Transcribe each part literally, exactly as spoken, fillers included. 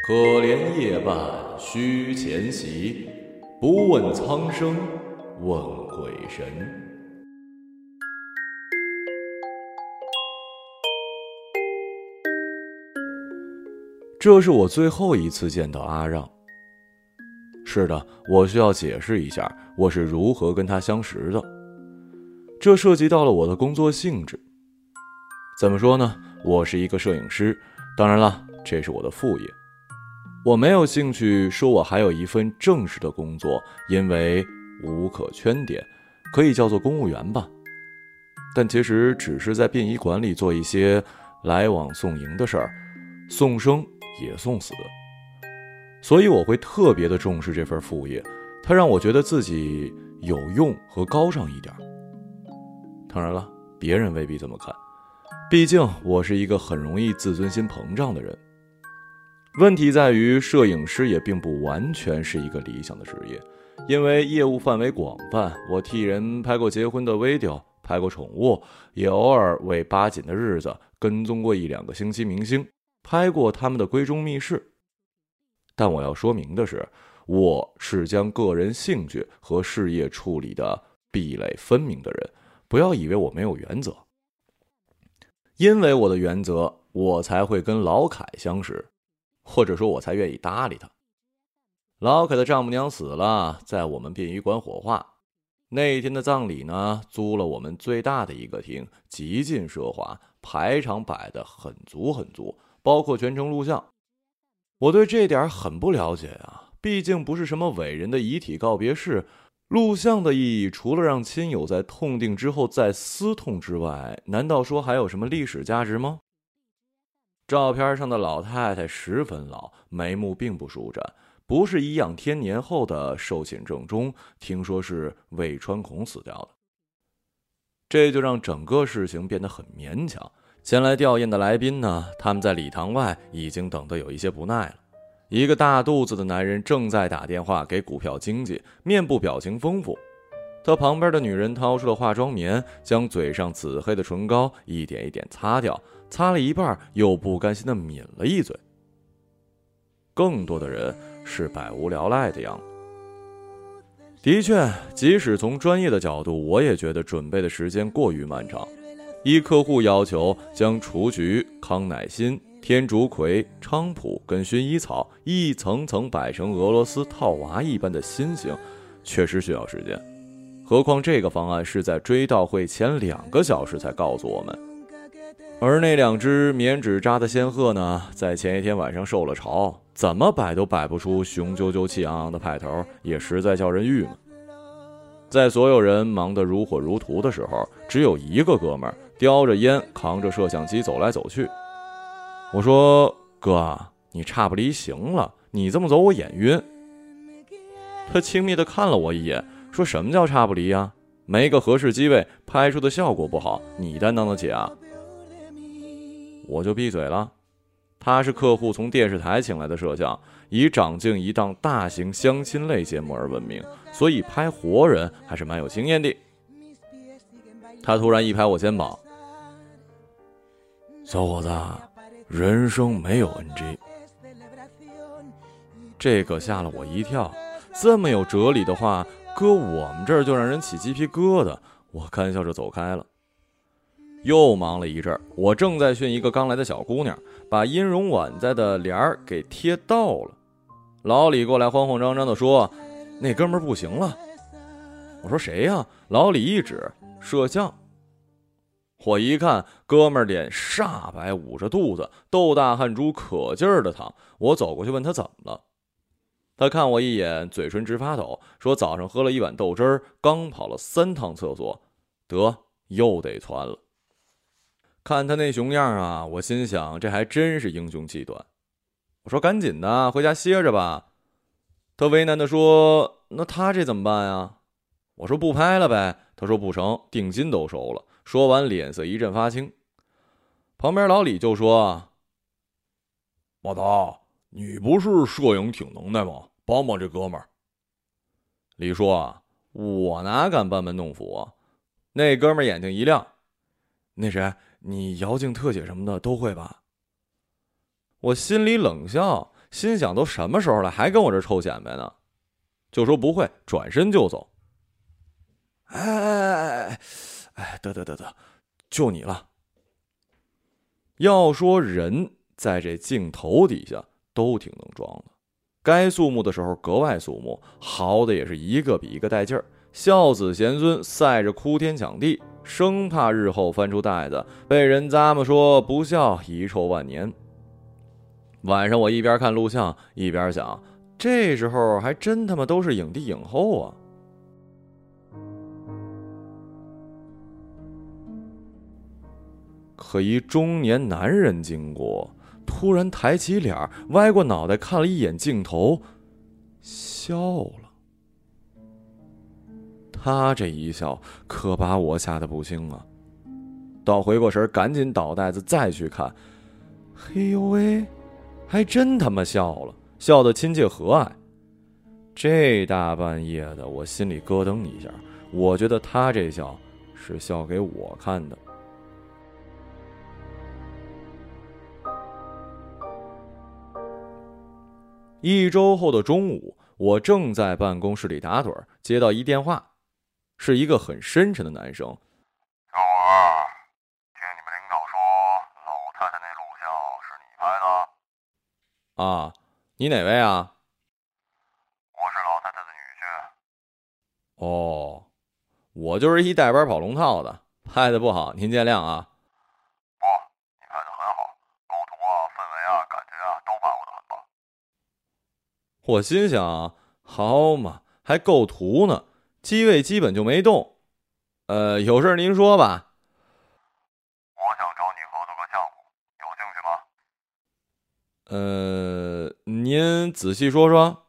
可怜夜半虚前席，不问苍生问鬼神。这是我最后一次见到阿让。是的，我需要解释一下我是如何跟他相识的。这涉及到了我的工作性质。怎么说呢？我是一个摄影师，当然了，这是我的副业。我没有兴趣说我还有一份正式的工作，因为无可圈点，可以叫做公务员吧。但其实只是在殡仪馆里做一些来往送迎的事儿，送生也送死。所以我会特别的重视这份副业，它让我觉得自己有用和高尚一点。当然了，别人未必这么看，毕竟我是一个很容易自尊心膨胀的人。问题在于，摄影师也并不完全是一个理想的职业，因为业务范围广泛，我替人拍过结婚的 video， 拍过宠物，也偶尔为八紧的日子跟踪过一两个星期明星，拍过他们的闺中密室。但我要说明的是，我是将个人兴趣和事业处理的壁垒分明的人，不要以为我没有原则。因为我的原则，我才会跟老凯相识，或者说我才愿意搭理他。老凯的丈母娘死了，在我们殡仪馆火化。那一天的葬礼呢，租了我们最大的一个厅，极尽奢华，排场摆得很足很足，包括全程录像。我对这点很不了解啊，毕竟不是什么伟人的遗体告别式，录像的意义除了让亲友在痛定之后再思痛之外，难道说还有什么历史价值吗？照片上的老太太十分老，眉目并不舒展，不是颐养天年后的寿寝正中，听说是胃穿孔死掉的。这就让整个事情变得很勉强。前来吊唁的来宾呢，他们在礼堂外已经等得有一些不耐了。一个大肚子的男人正在打电话给股票经纪，面部表情丰富。他旁边的女人掏出了化妆棉，将嘴上紫黑的唇膏一点一点擦掉，擦了一半又不甘心地抿了一嘴。更多的人是百无聊赖的样子。的确，即使从专业的角度，我也觉得准备的时间过于漫长。依客户要求，将雏菊、康乃馨、天竺葵、菖蒲跟薰衣草一层层摆成俄罗斯套娃一般的心形，确实需要时间。何况这个方案是在追悼会前两个小时才告诉我们，而那两只棉纸扎的仙鹤呢，在前一天晚上受了潮，怎么摆都摆不出雄赳赳气昂昂的派头，也实在叫人郁闷。在所有人忙得如火如荼的时候，只有一个哥们儿叼着烟扛着摄像机走来走去。我说，哥，你差不离行了，你这么走我眼晕。他轻蔑地看了我一眼，说什么叫差不离啊？没个合适机位，拍出的效果不好，你担当得起啊？我就闭嘴了。他是客户从电视台请来的摄像，以掌镜一档大型相亲类节目而闻名，所以拍活人还是蛮有经验的。他突然一拍我肩膀，小伙子，人生没有 N G。 这个吓了我一跳，这么有哲理的话搁我们这儿就让人起鸡皮疙瘩。我干笑着走开了。又忙了一阵儿，我正在训一个刚来的小姑娘，把音容宛在的帘儿给贴到了。老李过来慌慌张张地说，那哥们儿不行了。我说谁呀？老李一指，摄像。我一看，哥们儿脸煞白，捂着肚子，豆大汗珠可劲儿的淌。我走过去问他怎么了。他看我一眼，嘴唇直发抖，说早上喝了一碗豆汁儿，刚跑了三趟厕所，得又得窜了。看他那熊样啊，我心想这还真是英雄气短。我说赶紧的，回家歇着吧。他为难地说，那他这怎么办呀？我说不拍了呗。他说不成，定金都收了。说完脸色一阵发青。旁边老李就说，马达，你不是摄影挺能耐吗？帮帮这哥们儿。李说，我哪敢班门弄斧啊？那哥们儿眼睛一亮，那谁，你摇镜特写什么的都会吧？我心里冷笑， 心想都什么时候了，还跟我这臭显摆呢？就说不会，转身就走。哎哎哎哎，得得得得，就你了。要说人在这镜头底下都挺能装的，该肃穆的时候格外肃穆，嚎的也是一个比一个带劲儿，孝子贤孙赛着哭天抢地，生怕日后翻出袋子被人咂摸说不孝，遗臭万年。晚上我一边看录像一边想，这时候还真他妈都是影帝影后啊。可一中年男人经过，突然抬起脸，歪过脑袋看了一眼镜头，笑了。他这一笑可把我吓得不轻啊！倒回过神，赶紧倒袋子再去看，嘿呦喂，还真他妈笑了，笑得亲切和蔼。这大半夜的，我心里咯噔一下，我觉得他这笑是笑给我看的。一周后的中午，我正在办公室里打盹，接到一电话，是一个很深沉的男生。 小伙，听你们领导说老太太那录像是你拍的？ 啊，你哪位啊？ 我是老太太的女婿。 哦，我就是一带班跑龙套的，拍的不好，您见谅啊。 不，你拍的很好，构图啊、氛围啊、感觉啊都把握的很棒。 我心想，好嘛，还构图呢，机位基本就没动。呃，有事您说吧。 我想找你合作个项目，有兴趣吗？ 呃，您仔细说说。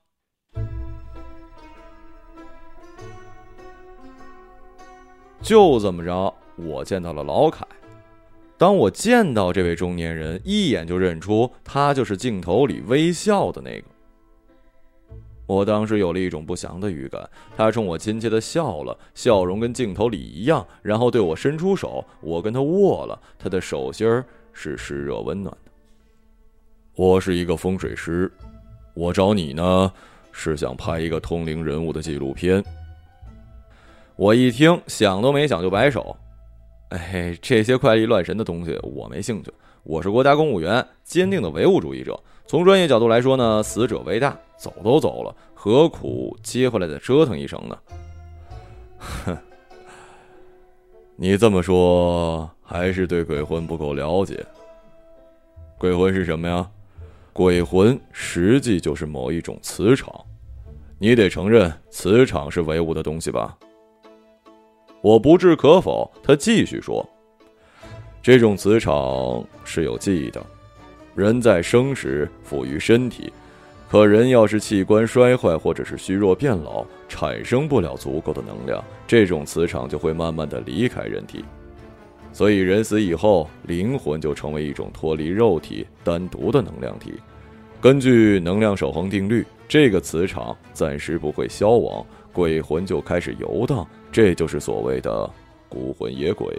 就这么着，我见到了老凯。当我见到这位中年人，一眼就认出他就是镜头里微笑的那个。我当时有了一种不祥的预感，他冲我亲切地笑了，笑容跟镜头里一样，然后对我伸出手，我跟他握了，他的手心儿是湿热温暖的。我是一个风水师，我找你呢，是想拍一个通灵人物的纪录片。我一听，想都没想就摆手，哎，这些怪力乱神的东西我没兴趣，我是国家公务员，坚定的唯物主义者。从专业角度来说呢，死者为大，走都走了，何苦接回来再折腾一声呢？哼，你这么说，还是对鬼魂不够了解。鬼魂是什么呀？鬼魂实际就是某一种磁场，你得承认磁场是唯物的东西吧？我不置可否，他继续说，这种磁场是有记忆的，人在生时赋予身体，可人要是器官衰坏或者是虚弱变老，产生不了足够的能量，这种磁场就会慢慢的离开人体。所以人死以后，灵魂就成为一种脱离肉体单独的能量体。根据能量守恒定律，这个磁场暂时不会消亡，鬼魂就开始游荡，这就是所谓的孤魂野鬼。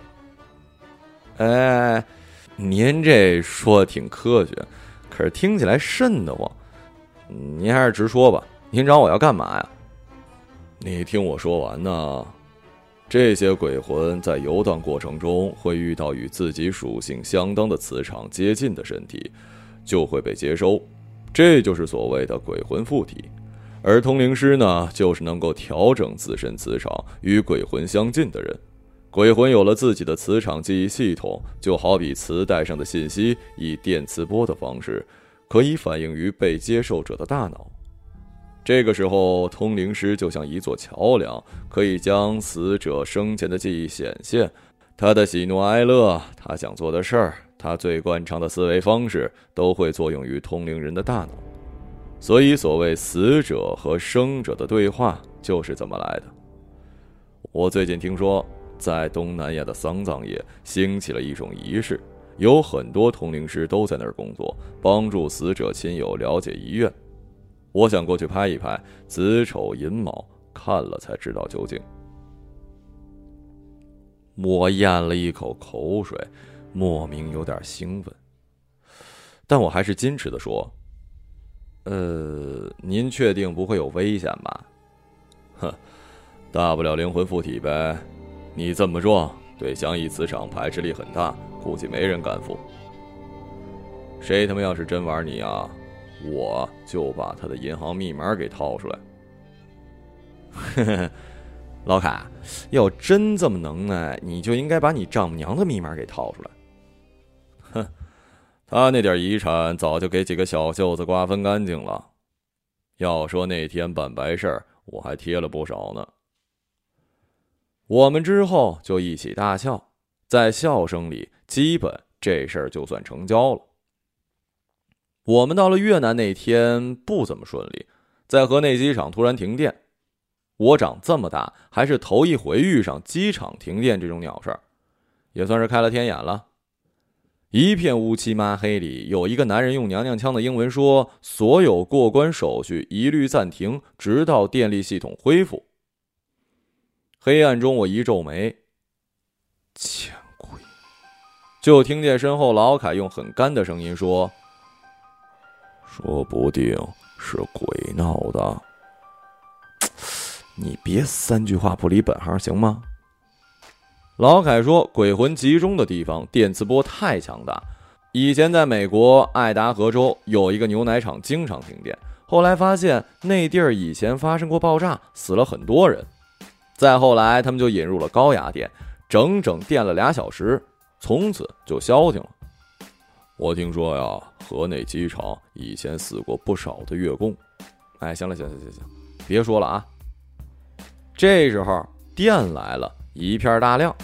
哎，您这说的挺科学，可是听起来瘆得慌。您还是直说吧，您找我要干嘛呀？你听我说完呢。这些鬼魂在游荡过程中会遇到与自己属性相当的磁场接近的身体，就会被接收，这就是所谓的鬼魂附体。而通灵师呢，就是能够调整自身磁场与鬼魂相近的人。鬼魂有了自己的磁场记忆系统，就好比磁带上的信息以电磁波的方式可以反映于被接受者的大脑。这个时候，通灵师就像一座桥梁，可以将死者生前的记忆显现，他的喜怒哀乐，他想做的事儿，他最惯常的思维方式，都会作用于通灵人的大脑。所以所谓死者和生者的对话就是这么来的。我最近听说，在东南亚的丧葬业兴起了一种仪式，有很多通灵师都在那儿工作，帮助死者亲友了解遗愿。我想过去拍一拍，子丑寅卯，看了才知道究竟。我咽了一口口水，莫名有点兴奋，但我还是矜持地说， 呃，您确定不会有危险吧？哼，大不了灵魂附体呗。你这么壮，对祥义磁场排斥力很大，估计没人敢附。谁他妈要是真玩你啊，我就把他的银行密码给掏出来。呵呵，老凯，要真这么能耐，你就应该把你丈母娘的密码给掏出来。哼，他那点遗产早就给几个小舅子瓜分干净了。要说那天办白事我还贴了不少呢。我们之后就一起大笑，在笑声里，基本这事儿就算成交了。我们到了越南那天不怎么顺利，在河内机场突然停电。我长这么大还是头一回遇上机场停电这种鸟事儿，也算是开了天眼了。一片乌漆麻黑里，有一个男人用娘娘腔的英文说，所有过关手续一律暂停，直到电力系统恢复。黑暗中我一皱眉，见鬼！就听见身后老凯用很干的声音说，说不定是鬼闹的。你别三句话不离本行行吗？老凯说，鬼魂集中的地方电磁波太强大，以前在美国爱达荷州有一个牛奶厂经常停电，后来发现那地儿以前发生过爆炸，死了很多人。再后来他们就引入了高压电，整整电了俩小时，从此就消停了。我听说呀，河内机场以前死过不少的越共。哎，行了行行行行，别说了啊。这时候电来了，一片大亮。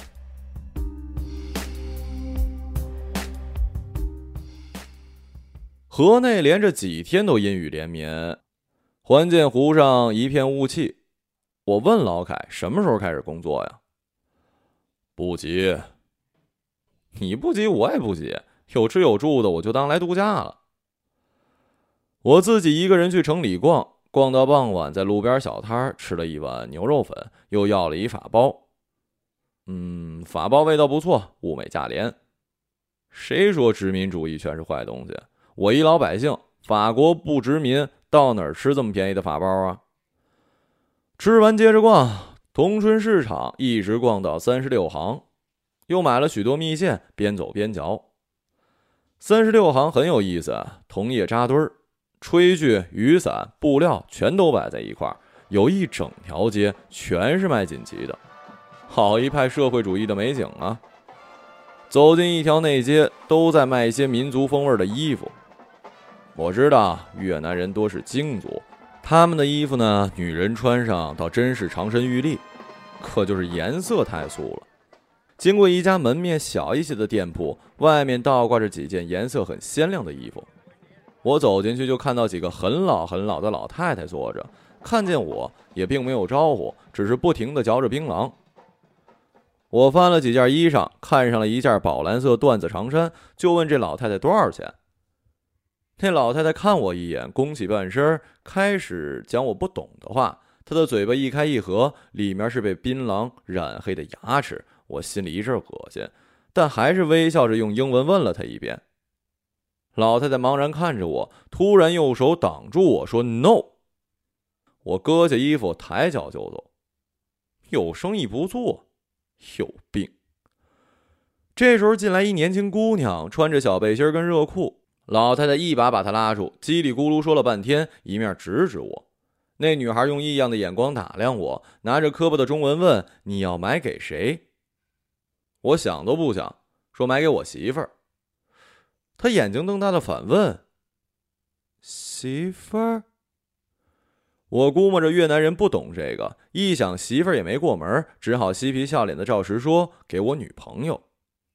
河内连着几天都阴雨连绵，环建湖上一片雾气。我问老凯什么时候开始工作呀？不急。你不急我也不急，有吃有住的我就当来度假了。我自己一个人去城里逛，逛到傍晚，在路边小摊吃了一碗牛肉粉，又要了一法包。嗯，法包味道不错，物美价廉。谁说殖民主义全是坏东西？我一老百姓，法国不殖民，到哪儿吃这么便宜的法包啊？吃完接着逛，同春市场一直逛到三十六行，又买了许多蜜饯，边走边嚼。三十六行很有意思，桐叶扎堆儿，炊具、雨伞、布料全都摆在一块儿，有一整条街全是卖锦旗的，好一派社会主义的美景啊！走进一条内街，都在卖一些民族风味的衣服。我知道越南人多是京族，他们的衣服呢，女人穿上倒真是长身玉立，可就是颜色太素了。经过一家门面小一些的店铺，外面倒挂着几件颜色很鲜亮的衣服。我走进去就看到几个很老很老的老太太坐着，看见我也并没有招呼，只是不停地嚼着槟榔。我翻了几件衣裳，看上了一件宝蓝色缎子长衫，就问这老太太多少钱。那老太太看我一眼，弓起半身，开始讲我不懂的话。她的嘴巴一开一合，里面是被槟榔染黑的牙齿。我心里一阵恶心，但还是微笑着用英文问了她一遍。老太太茫然看着我，突然右手挡住我说 no。 我割下衣服，抬脚就走。有生意不做，有病。这时候进来一年轻姑娘，穿着小背心跟热裤，老太太一把把她拉住，叽里咕噜说了半天，一面指指我。那女孩用异样的眼光打量我，拿着磕巴的中文问，你要买给谁？我想都不想，说买给我媳妇儿。她眼睛瞪大的反问，媳妇儿？我估摸着越南人不懂这个，一想媳妇儿也没过门，只好嬉皮笑脸的照实说，给我女朋友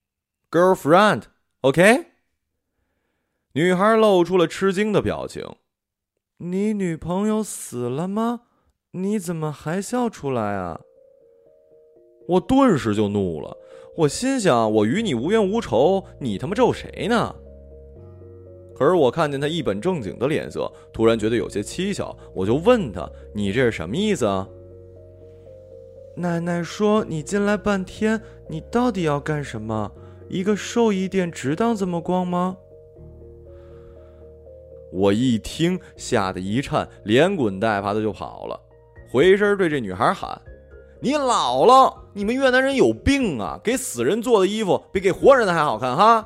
girlfriend OK。 女孩露出了吃惊的表情，你女朋友死了吗？你怎么还笑出来啊？我顿时就怒了，我心想，我与你无冤无仇，你他妈咒谁呢？可是我看见他一本正经的脸色，突然觉得有些蹊跷，我就问他，你这是什么意思啊？奶奶说你进来半天，你到底要干什么？一个寿衣店只当这么逛吗？ 我一听吓得一颤，连滚带爬的就跑了，回身对这女孩喊：你老了，你们越南人有病啊，给死人做的衣服比给活人的还好看哈。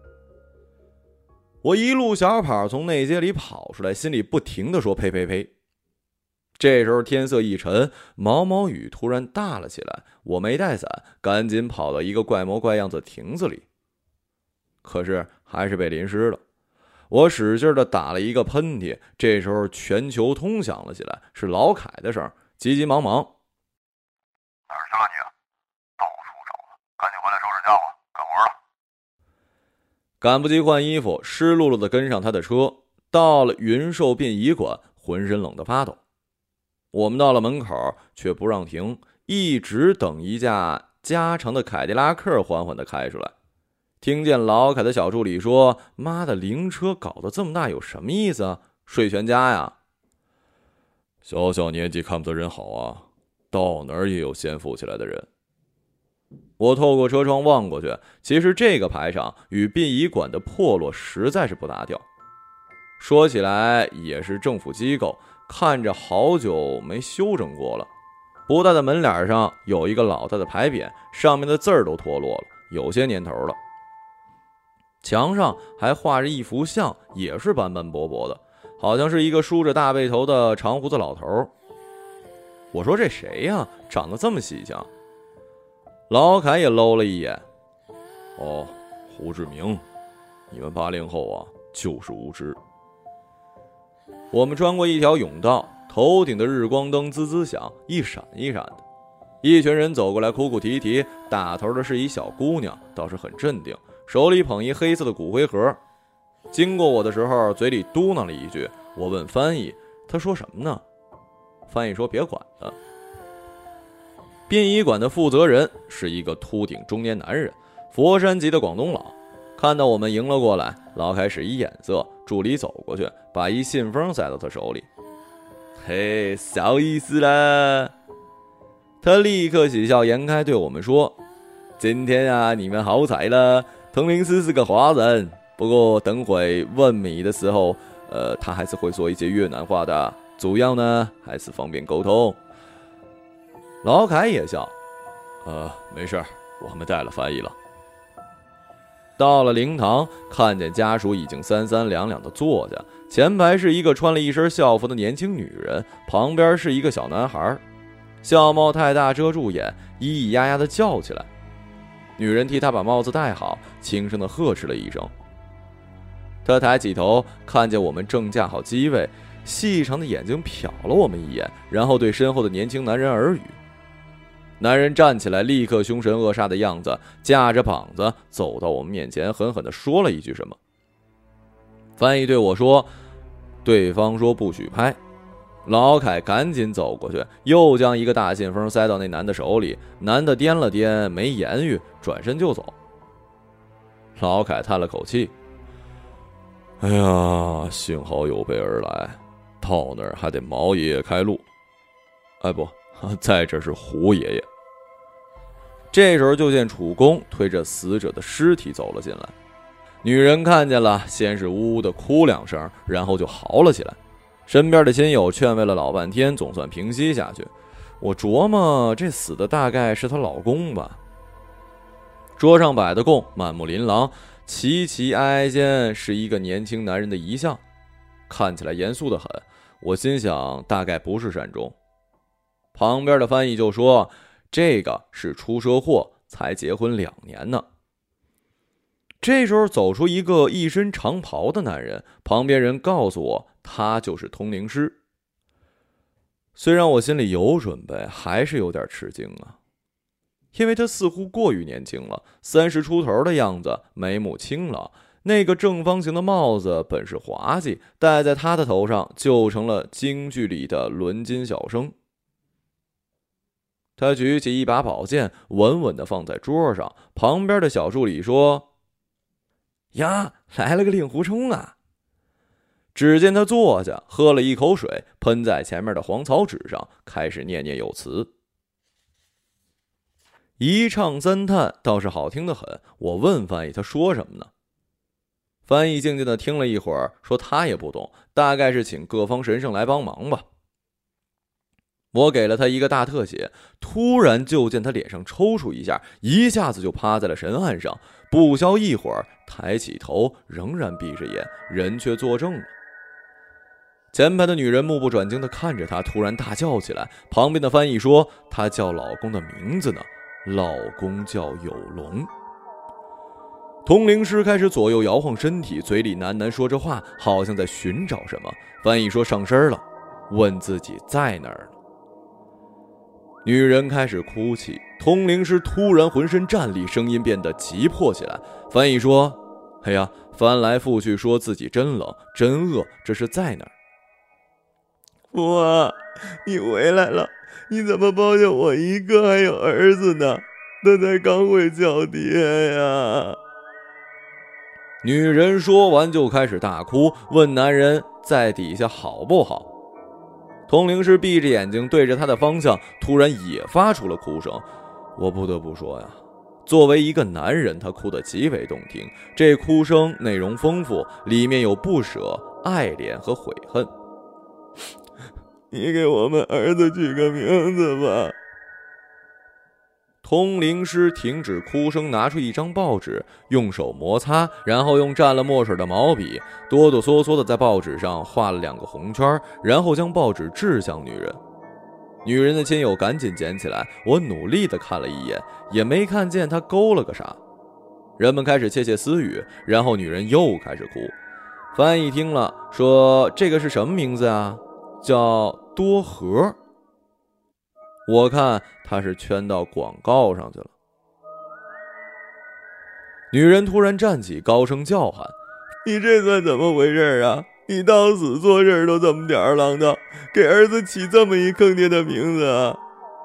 我一路小跑从内街里跑出来，心里不停地说呸呸呸。这时候天色一沉，毛毛雨突然大了起来，我没带伞，赶紧跑到一个怪模怪样子亭子里，可是还是被淋湿了。我使劲地打了一个喷嚏，这时候全球通响了起来，是老凯的声，急急忙忙： 哪儿去了你？到处找呢，赶紧回来收拾家伙，干活了。 赶不及换衣服，湿漉漉地跟上他的车，到了云寿殡仪馆，浑身冷得发抖。我们到了门口，却不让停，一直等一架加长的凯迪拉克缓缓地开出来。听见老凯的小助理说：妈的，灵车搞得这么大有什么意思啊？睡全家呀？小小年纪看不得人好啊，到哪儿也有先富起来的人。我透过车窗望过去，其实这个排场与殡仪馆的破落实在是不搭调。说起来也是政府机构，看着好久没修整过了。不大的门脸上有一个老大的牌匾，上面的字儿都脱落了，有些年头了。墙上还画着一幅像，也是斑斑驳驳的，好像是一个梳着大背头的长胡子老头。我说这谁呀？长得这么喜庆。老凯也搂了一眼：哦，胡志明，你们八零后啊，就是无知。我们穿过一条甬道，头顶的日光灯滋滋响，一闪一闪的。一群人走过来，哭哭啼啼，打头的是一小姑娘，倒是很镇定，手里捧一黑色的骨灰盒。经过我的时候，嘴里嘟囔了一句，我问翻译，他说什么呢？翻译说别管他。殡仪馆的负责人是一个秃顶中年男人，佛山籍的广东佬。看到我们迎了过来，老凯使一眼色，助理走过去，把一信封塞到他手里。嘿，小意思啦！他立刻喜笑颜开对我们说：今天啊，你们好彩了，童灵师是个华人，不过等会问米的时候，呃，他还是会说一些越南话的，主要呢还是方便沟通。老凯也笑：呃，没事，我们带了翻译了。到了灵堂，看见家属已经三三两两的坐下，前排是一个穿了一身校服的年轻女人，旁边是一个小男孩，校帽太大遮住眼，咿咿呀呀的叫起来。女人替他把帽子戴好，轻声的呵斥了一声。他抬起头，看见我们正架好机位，细长的眼睛瞟了我们一眼，然后对身后的年轻男人耳语。男人站起来，立刻凶神恶煞的样子，架着膀子走到我们面前，狠狠地说了一句什么。翻译对我说，对方说不许拍。老凯赶紧走过去，又将一个大信封塞到那男的手里，男的掂了掂，没言语，转身就走。老凯叹了口气：哎呀，幸好有备而来，到那儿还得毛爷爷开路。哎不，在这是胡爷爷。这时候就见楚公推着死者的尸体走了进来，女人看见了，先是呜呜的哭两声，然后就嚎了起来。身边的亲友劝慰了老半天，总算平息下去。我琢磨这死的大概是她老公吧。桌上摆的供满目琳琅，齐齐哀哀间是一个年轻男人的遗像，看起来严肃得很。我心想大概不是善终。旁边的翻译就说，这个是出车祸才结婚两年呢。这时候走出一个一身长袍的男人，旁边人告诉我他就是通灵师。虽然我心里有准备，还是有点吃惊啊，因为他似乎过于年轻了，三十出头的样子，眉目清朗，那个正方形的帽子本是滑稽，戴在他的头上就成了京剧里的轮金小生。他举起一把宝剑，稳稳地放在桌上，旁边的小助理说：呀，来了个令狐冲啊！只见他坐下，喝了一口水，喷在前面的黄草纸上，开始念念有词。一唱三叹，倒是好听得很。我问翻译他说什么呢？ 翻译静静地听了一会儿，说他也不懂，大概是请各方神圣来帮忙吧。我给了他一个大特写，突然就见他脸上抽搐一下，一下子就趴在了神案上，不消一会儿抬起头，仍然闭着眼，人却坐正了。前排的女人目不转睛地看着他，突然大叫起来。旁边的翻译说，他叫老公的名字呢，老公叫有龙。通灵师开始左右摇晃身体，嘴里喃喃说着话，好像在寻找什么。翻译说上身了，问自己在哪儿呢。女人开始哭泣，通灵师突然浑身战栗，声音变得急迫起来。翻译说，哎呀，翻来覆去说自己真冷真饿，这是在哪儿？ 父啊，你回来了，你怎么抱着我一个，还有儿子呢？他才刚会叫爹呀。 女人说完就开始大哭，问男人在底下好不好。通灵师闭着眼睛对着他的方向，突然也发出了哭声。我不得不说呀，作为一个男人，他哭得极为动听，这哭声内容丰富，里面有不舍、爱恋和悔恨。 你给我们儿子取个名字吧。 通灵师停止哭声，拿出一张报纸，用手摩擦，然后用蘸了墨水的毛笔哆哆嗦嗦地在报纸上画了两个红圈，然后将报纸掷向女人。女人的亲友赶紧捡起来，我努力地看了一眼，也没看见她勾了个啥。人们开始窃窃私语，然后女人又开始哭。翻译听了说，这个是什么名字啊？叫多和。我看他是圈到广告上去了。女人突然站起，高声叫喊， 你这算怎么回事啊？你到死做事都这么吊儿郎当，给儿子起这么一坑爹的名字啊！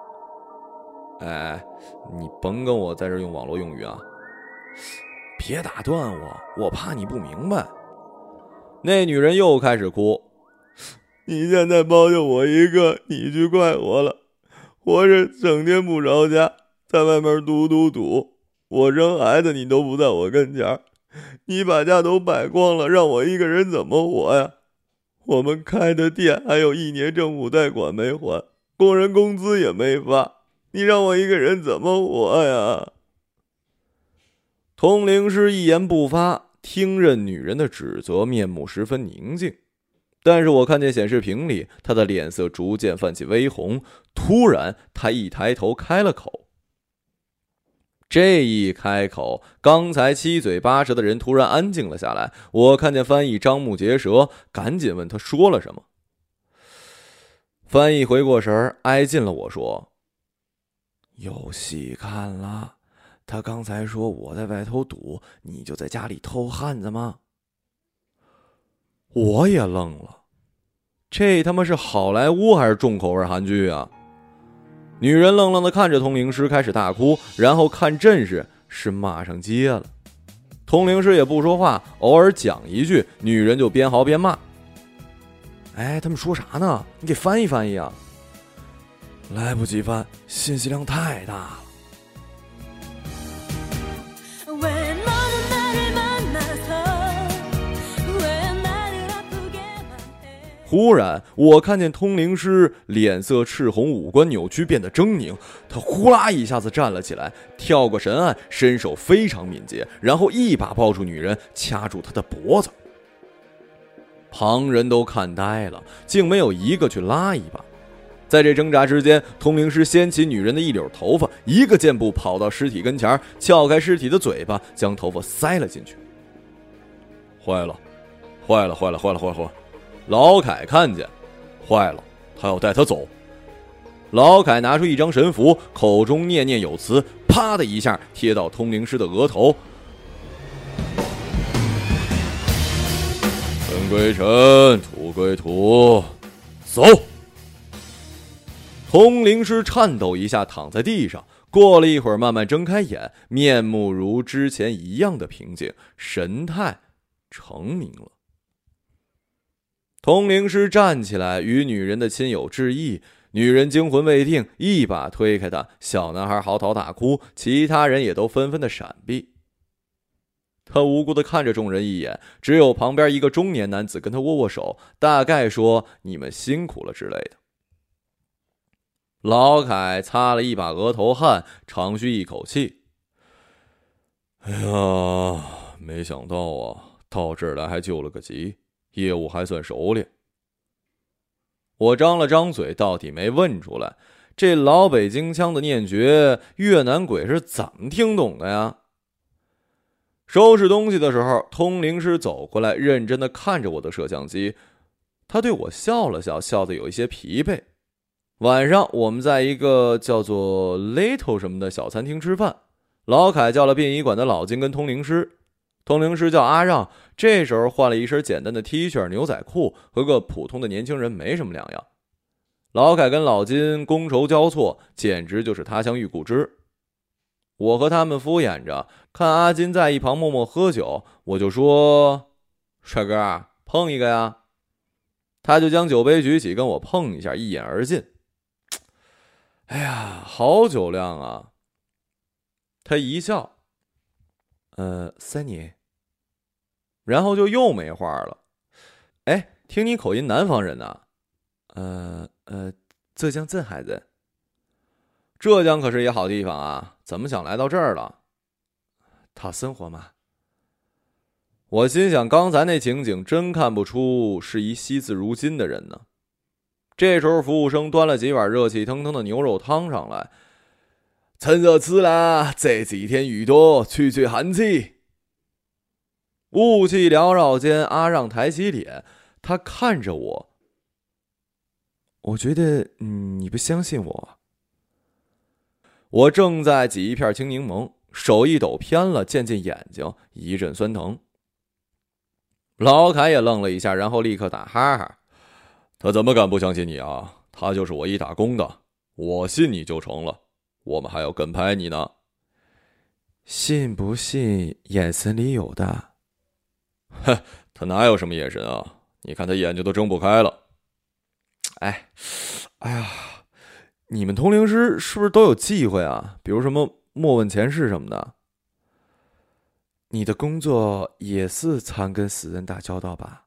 哎，你甭跟我在这用网络用语啊，别打断我，我怕你不明白。那女人又开始哭， 你现在包就我一个，你去怪我了。我是整天不着家，在外面赌赌赌，我生孩子你都不在我跟前，你把家都败光了，让我一个人怎么活呀？我们开的店还有一年政府贷款没还，工人工资也没发，你让我一个人怎么活呀？ 通灵师一言不发，听任女人的指责，面目十分宁静。但是我看见显示屏里他的脸色逐渐泛起微红，突然他一抬头开了口。这一开口，刚才七嘴八舌的人突然安静了下来。我看见翻译张目结舌，赶紧问他说了什么。翻译回过神，挨近了我说，有戏看了，他刚才说我在外头赌，你就在家里偷汉子吗？我也愣了，这他妈是好莱坞还是重口味韩剧啊？女人愣愣地看着通灵师，开始大哭，然后看阵势是骂上街了。通灵师也不说话，偶尔讲一句，女人就边嚎边骂。哎，他们说啥呢？你给翻译翻译啊！来不及翻，信息量太大了。忽然我看见通灵师脸色赤红，五官扭曲，变得狰狞。他呼啦一下子站了起来，跳过神案，身手非常敏捷，然后一把抱住女人，掐住她的脖子。旁人都看呆了，竟没有一个去拉一把。在这挣扎之间，通灵师掀起女人的一绺头发，一个箭步跑到尸体跟前，撬开尸体的嘴巴，将头发塞了进去。坏了坏了坏了坏了坏了坏了！老凯看见，坏了，他要带他走。老凯拿出一张神符，口中念念有词，啪的一下贴到通灵师的额头。尘归尘，土归土，走。通灵师颤抖一下躺在地上，过了一会儿慢慢睁开眼，面目如之前一样的平静，神态澄明了。通灵师站起来与女人的亲友致意，女人惊魂未定，一把推开他，小男孩嚎啕大哭，其他人也都纷纷的闪避。 他无辜地看着众人一眼，只有旁边一个中年男子跟他握握手，大概说你们辛苦了之类的。老凯擦了一把额头汗，长吁一口气。哎呀，没想到啊，到这儿来还救了个急，业务还算熟练。我张了张嘴，到底没问出来，这老北京腔的念诀，越南鬼是怎么听懂的呀？收拾东西的时候，通灵师走过来，认真地看着我的摄像机，他对我笑了笑，笑得有一些疲惫。晚上我们在一个叫做 Little 什么的小餐厅吃饭，老凯叫了殡仪馆的老金跟通灵师，通灵师叫阿让，这时候换了一身简单的 T 恤牛仔裤，和个普通的年轻人没什么两样。老凯跟老金觥筹交错，简直就是他乡遇故知。我和他们敷衍着，看阿金在一旁默默喝酒，我就说：帅哥，碰一个呀。他就将酒杯举起跟我碰一下，一饮而尽。哎呀，好酒量啊。他一笑，呃，三年。然后就又没话了。哎，听你口音南方人啊？呃呃，浙江镇海人。浙江可是一好地方啊，怎么想来到这儿了？讨生活嘛。我心想，刚才那情景真看不出是一惜字如金的人呢。这时候服务生端了几碗热气腾腾的牛肉汤上来，趁热吃啦，这几天雨多，去去寒气。雾气缭绕间，阿让抬起脸，他看着我，我觉得、嗯、你不相信我。我正在挤一片青柠檬，手一抖偏了，渐渐眼睛一阵酸疼。老凯也愣了一下，然后立刻打哈哈。他怎么敢不相信你啊？他就是我一打工的，我信你就成了，我们还要跟拍你呢。信不信眼神里有的。哼，他哪有什么眼神啊？你看他眼睛都睁不开了。哎，哎呀，你们通灵师是不是都有忌讳啊？比如什么莫问前世什么的。你的工作也是常跟死人打交道吧？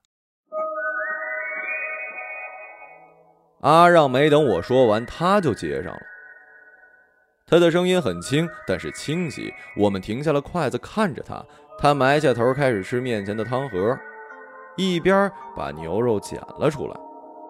阿让没等我说完，他就接上了。他的声音很轻，但是清晰。我们停下了筷子，看着他，他埋下头开始吃面前的汤盒，一边把牛肉捡了出来。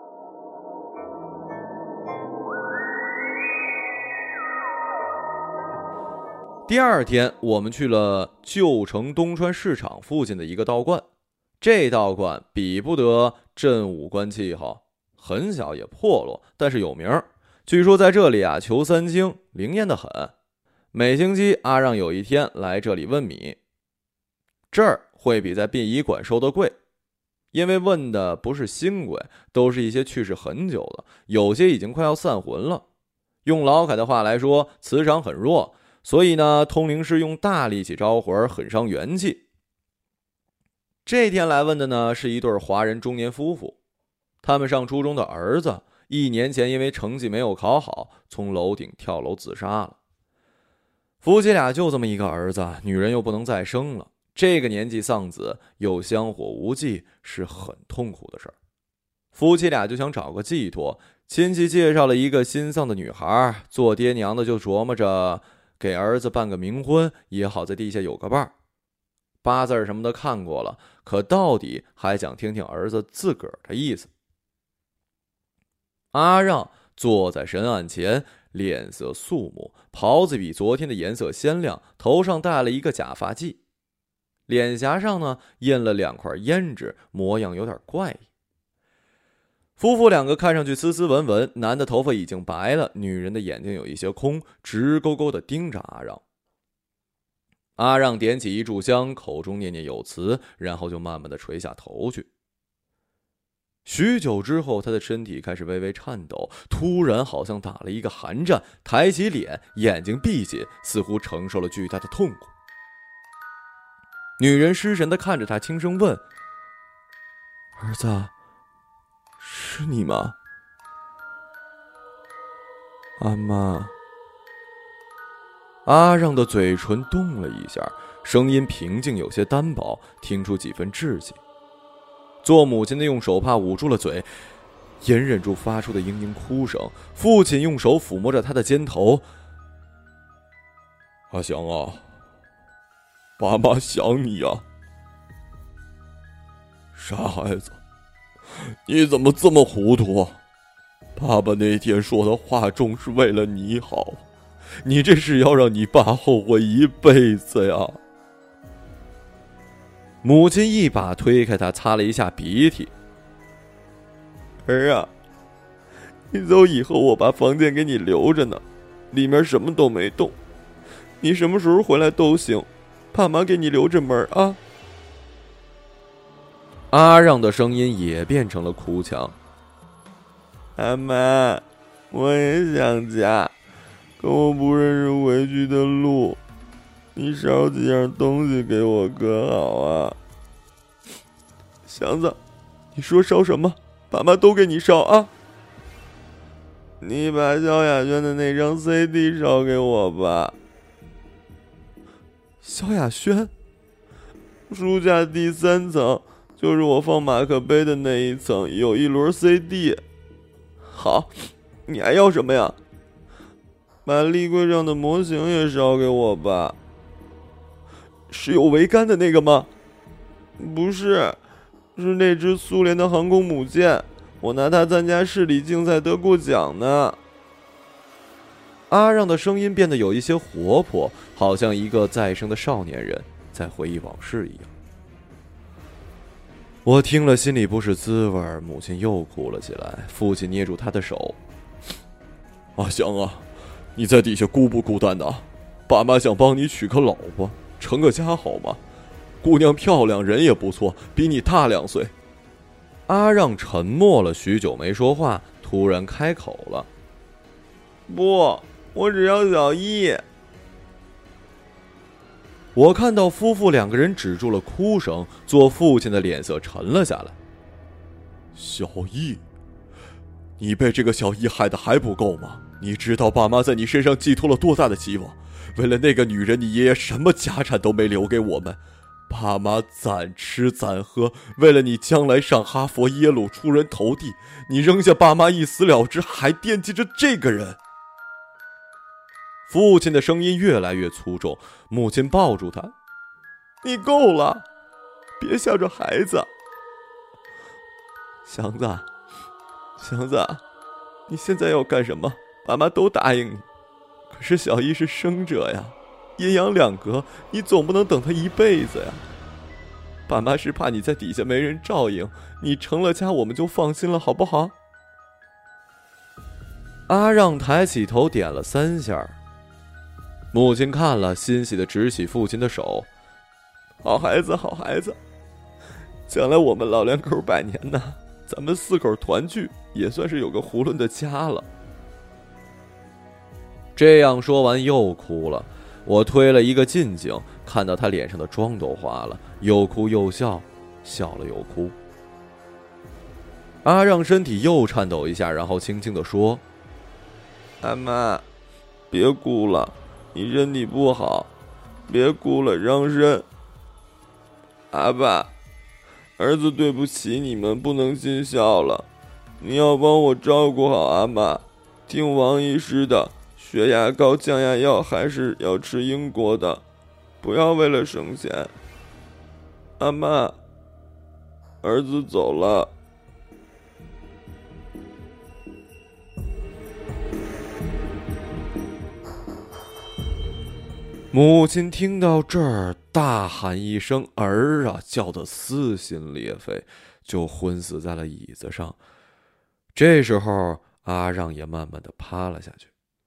第二天，我们去了旧城东川市场附近的一个道观。这道观比不得镇武观气候，很小也破落，但是有名。据说在这里啊，求三清，灵验得很。每星期阿让有一天来这里问米，这儿会比在殡仪馆收得贵，因为问的不是新鬼，都是一些去世很久的，有些已经快要散魂了。用老凯的话来说，磁场很弱。所以呢，通灵师用大力气招魂，很伤元气。这天来问的呢，是一对华人中年夫妇，他们上初中的儿子一年前因为成绩没有考好，从楼顶跳楼自杀了。夫妻俩就这么一个儿子，女人又不能再生了，这个年纪丧子又香火无忌，是很痛苦的事儿。夫妻俩就想找个寄托，亲戚介绍了一个心丧的女孩，做爹娘的就琢磨着给儿子办个冥婚，也好在地下有个伴儿。八字什么的看过了，可到底还想听听儿子自个儿的意思。阿让坐在神案前，脸色肃穆，袍子比昨天的颜色鲜亮，头上戴了一个假发髻，脸颊上呢印了两块胭脂，模样有点怪异。夫妇两个看上去斯斯文文，男的头发已经白了，女人的眼睛有一些空，直勾勾地盯着阿让。阿让点起一炷香，口中念念有词，然后就慢慢地垂下头去。许久之后，他的身体开始微微颤抖，突然好像打了一个寒战，抬起脸，眼睛闭紧，似乎承受了巨大的痛苦。女人失神地看着他，轻声问：儿子，是你吗？阿妈。 阿让的嘴唇动了一下，声音平静，有些单薄，听出几分稚气。做母亲的用手帕捂住了嘴，隐忍住发出的嘤嘤哭声。父亲用手抚摸着他的肩头：“ 阿祥啊，爸妈想你啊。傻孩子，你怎么这么糊涂？爸爸那天说的话中是为了你好，你这是要让你爸后悔一辈子呀。” 母亲一把推开他，擦了一下鼻涕：“ 儿啊，你走以后我把房间给你留着呢，里面什么都没动，你什么时候回来都行，爸妈给你留着门啊。” 阿让的声音也变成了哭腔：“ 阿妈，我也想家，可我不认识回去的路，你捎几样东西给我可好啊？祥子，你说烧什么，爸妈都给你烧啊。你把萧亚轩的那张 C D 烧给我吧。” 萧亚轩？ 书架第三层就是我放马克杯的那一层，有一摞 C D。好，你还要什么呀？把立柜上的模型也烧给我吧。是有桅杆的那个吗？不是，是那只苏联的航空母舰，我拿它参加市里竞赛得过奖呢。 阿让的声音变得有一些活泼，好像一个再生的少年人在回忆往事一样。我听了心里不是滋味，母亲又哭了起来，父亲捏住他的手：“ 阿祥啊，你在底下孤不孤单呢？爸妈想帮你娶个老婆，成个家好吗？姑娘漂亮，人也不错，比你大两岁。” 阿让沉默了许久没说话，突然开口了：“ 不，我只要小易。” 我看到夫妇两个人止住了哭声，做父亲的脸色沉了下来。 小易，你被这个小易害得还不够吗？你知道爸妈在你身上寄托了多大的希望？为了那个女人，你爷爷什么家产都没留给我们，爸妈攒吃攒喝，为了你将来上哈佛耶鲁出人头地，你扔下爸妈一死了之，还惦记着这个人。 父亲的声音越来越粗重，母亲抱住他：“ 你够了，别吓着孩子。祥子，祥子，你现在要干什么？爸妈都答应你，可是小易是生者呀，阴阳两隔，你总不能等他一辈子呀。爸妈是怕你在底下没人照应，你成了家我们就放心了，好不好？” 阿让抬起头点了三下。母亲看了，欣喜地执起父亲的手：“ 好孩子，好孩子，将来我们老两口百年呢，咱们四口团聚，也算是有个囫囵的家了。” 这样说完又哭了。我推了一个近景，看到他脸上的妆都花了，又哭又笑，笑了又哭。阿让身体又颤抖一下，然后轻轻地说：“ 阿妈，别哭了，你身体不好，别哭了，伤身。阿爸，儿子对不起你们，不能尽孝了，你要帮我照顾好阿妈，听王医师的，血压高降压药还是要吃英国的，不要为了省钱。阿妈，儿子走了。” 母亲听到这儿，大喊一声“儿啊”，叫得撕心裂肺，就昏死在了椅子上。这时候，阿让也慢慢的趴了下去。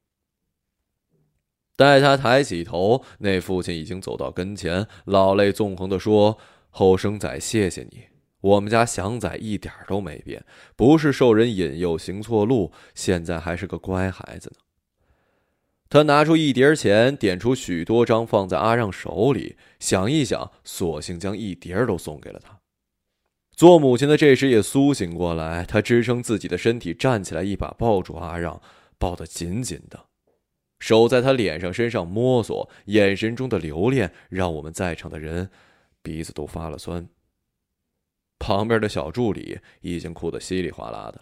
待他抬起头，那父亲已经走到跟前，老泪纵横地说：“后生仔，谢谢你，我们家祥仔一点都没变，不是受人引诱行错路，现在还是个乖孩子呢。”他拿出一叠钱，点出许多张放在阿让手里，想一想，索性将一叠都送给了他。做母亲的这时也苏醒过来，她支撑自己的身体站起来，一把抱住阿让，抱得紧紧的。 手在他脸上身上摸索，眼神中的留恋让我们在场的人鼻子都发了酸。旁边的小助理已经哭得稀里哗啦的了。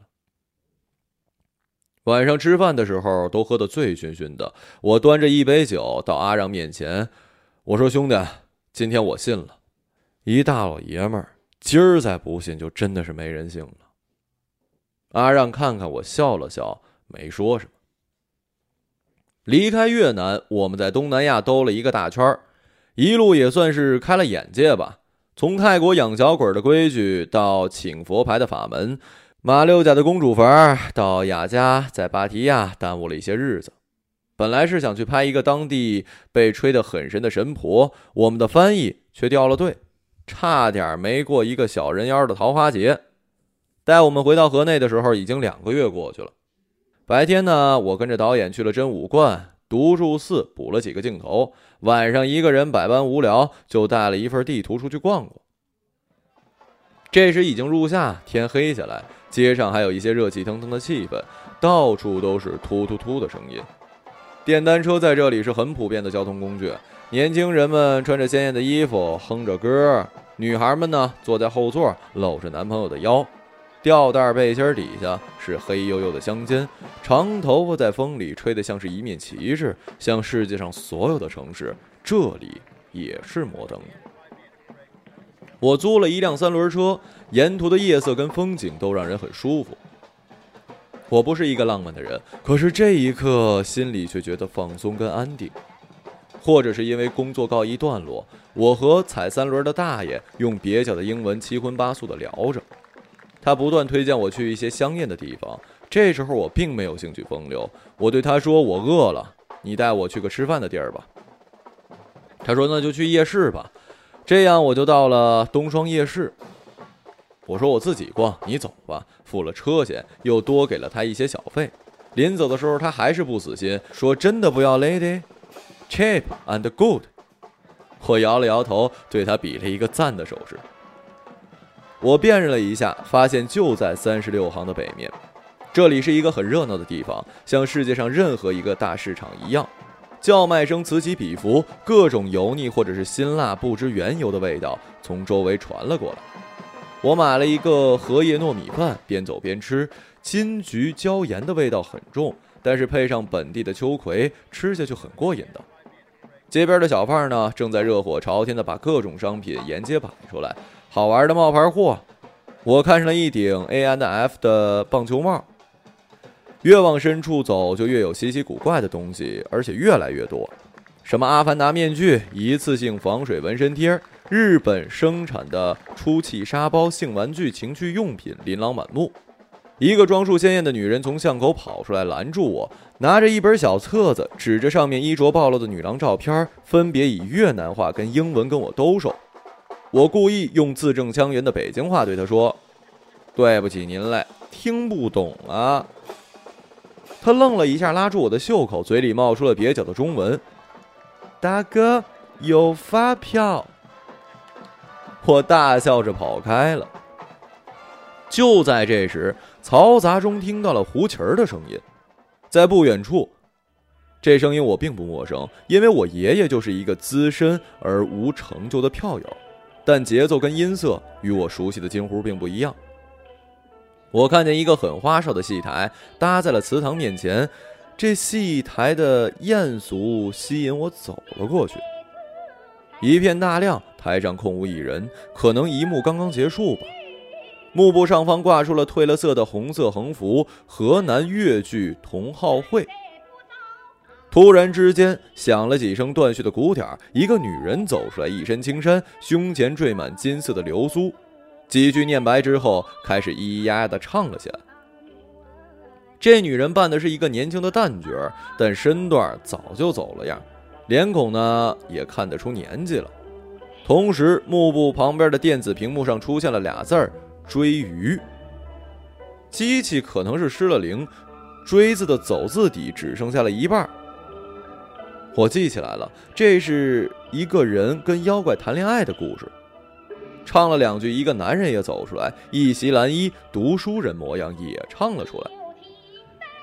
晚上吃饭的时候都喝得醉醺醺的，我端着一杯酒到阿让面前，我说兄弟，今天我信了，一大老爷们儿今儿再不信就真的是没人性了。阿让看看我笑了笑，没说什么。离开越南，我们在东南亚兜了一个大圈，一路也算是开了眼界吧。从泰国养小鬼的规矩到请佛牌的法门，马六甲的公主坟到雅加在芭提雅耽误了一些日子。本来是想去拍一个当地被吹得很深的神婆，我们的翻译却掉了队，差点没过一个小人妖的桃花节。带我们回到河内的时候已经两个月过去了。白天呢，我跟着导演去了真武观、独树寺补了几个镜头，晚上一个人百般无聊，就带了一份地图出去逛逛。这时已经入夏，天黑下来，街上还有一些热气腾腾的气氛，到处都是突突突的声音。电单车在这里是很普遍的交通工具，年轻人们穿着鲜艳的衣服，哼着歌，女孩们呢坐在后座，搂着男朋友的腰，吊带背心底下是黑黝黝的香肩，长头发在风里吹得像是一面旗帜，像世界上所有的城市，这里也是摩登的。我租了一辆三轮车，沿途的夜色跟风景都让人很舒服。我不是一个浪漫的人，可是这一刻心里却觉得放松跟安定。或者是因为工作告一段落，我和踩三轮的大爷用蹩脚的英文七荤八素的聊着，他不断推荐我去一些香艳的地方。这时候我并没有兴趣风流，我对他说我饿了，你带我去个吃饭的地儿吧。他说那就去夜市吧，这样我就到了东双夜市。我说我自己逛，你走吧，付了车钱，又多给了他一些小费。临走的时候他还是不死心，说真的不要 lady cheap and good。 我摇了摇头，对他比了一个赞的手势。我辨认了一下，发现就在三十六行的北面，这里是一个很热闹的地方，像世界上任何一个大市场一样，叫卖声此起彼伏，各种油腻或者是辛辣不知缘由的味道从周围传了过来。我买了一个荷叶糯米饭，边走边吃，金桔椒盐的味道很重，但是配上本地的秋葵，吃下去很过瘾的。街边的小贩呢，正在热火朝天的把各种商品沿街摆出来，好玩的冒牌货。我看上了一顶 A and F 的棒球帽。越往深处走，就越有稀奇古怪的东西，而且越来越多。什么阿凡达面具、一次性防水纹身贴、日本生产的出气沙包、性玩具、情趣用品琳琅满目。一个装束鲜艳的女人从巷口跑出来拦住我，拿着一本小册子，指着上面衣着暴露的女郎照片，分别以越南话跟英文跟我兜售。我故意用字正腔圆的北京话对她说：对不起您嘞，听不懂啊。她愣了一下，拉住我的袖口，嘴里冒出了蹩脚的中文：大哥，有发票。我大笑着跑开了。就在这时，嘈杂中听到了胡琴儿的声音，在不远处。这声音我并不陌生，因为我爷爷就是一个资深而无成就的票友，但节奏跟音色与我熟悉的京胡并不一样。我看见一个很花哨的戏台搭在了祠堂面前，这戏台的艳俗吸引我走了过去。一片大亮，台上空无一人，可能一幕刚刚结束吧。幕布上方挂出了褪了色的红色横幅，河南越剧同好会。突然之间响了几声断续的鼓点，一个女人走出来，一身青衫，胸前缀满金色的流苏，几句念白之后开始咿咿呀呀地唱了起来。这女人扮的是一个年轻的旦角，但身段早就走了样，脸孔呢也看得出年纪了。同时幕布旁边的电子屏幕上出现了俩字儿：追鱼。机器可能是失了灵，锥字的走字底只剩下了一半。我记起来了，这是一个人跟妖怪谈恋爱的故事。唱了两句，一个男人也走出来，一袭蓝衣，读书人模样也唱了出来。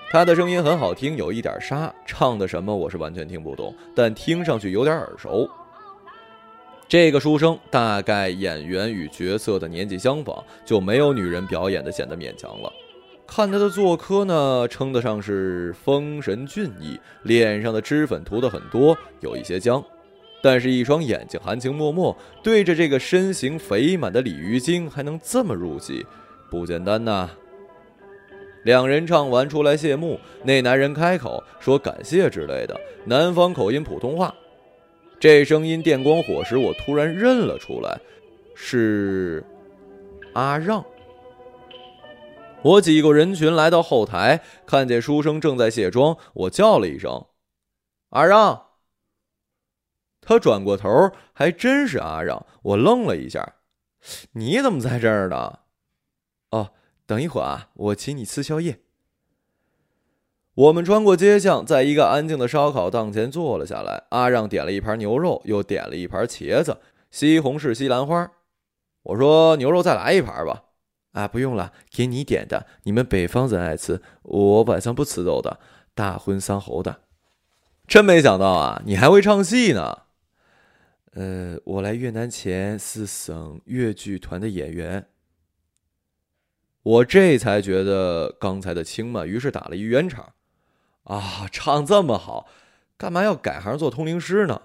他的声音很好听，有一点沙，唱的什么我是完全听不懂，但听上去有点耳熟。这个书生大概演员与角色的年纪相仿，就没有女人表演的显得勉强了。看他的做科呢，称得上是风神俊逸，脸上的脂粉涂得很多，有一些僵，但是一双眼睛含情脉脉，对着这个身形肥满的鲤鱼精还能这么入戏，不简单呐。两人唱完出来谢幕，那男人开口说感谢之类的，南方口音普通话，这声音电光火石，我突然认了出来，是阿让。我挤过人群来到后台，看见书生正在卸妆，我叫了一声阿让。他转过头，还真是阿让，我愣了一下，你怎么在这儿呢？哦，等一会儿啊，我请你吃宵夜。我们穿过街巷，在一个安静的烧烤档前坐了下来。阿让点了一盘牛肉，又点了一盘茄子、西红柿西兰花。我说牛肉再来一盘吧。啊，不用了，给你点的，你们北方人爱吃，我晚上不吃肉的，大荤伤喉的。真没想到啊，你还会唱戏呢。呃，我来越南前是省越剧团的演员。我这才觉得刚才的轻慢，于是打了一圆场。啊，唱这么好，干嘛要改行做通灵师呢？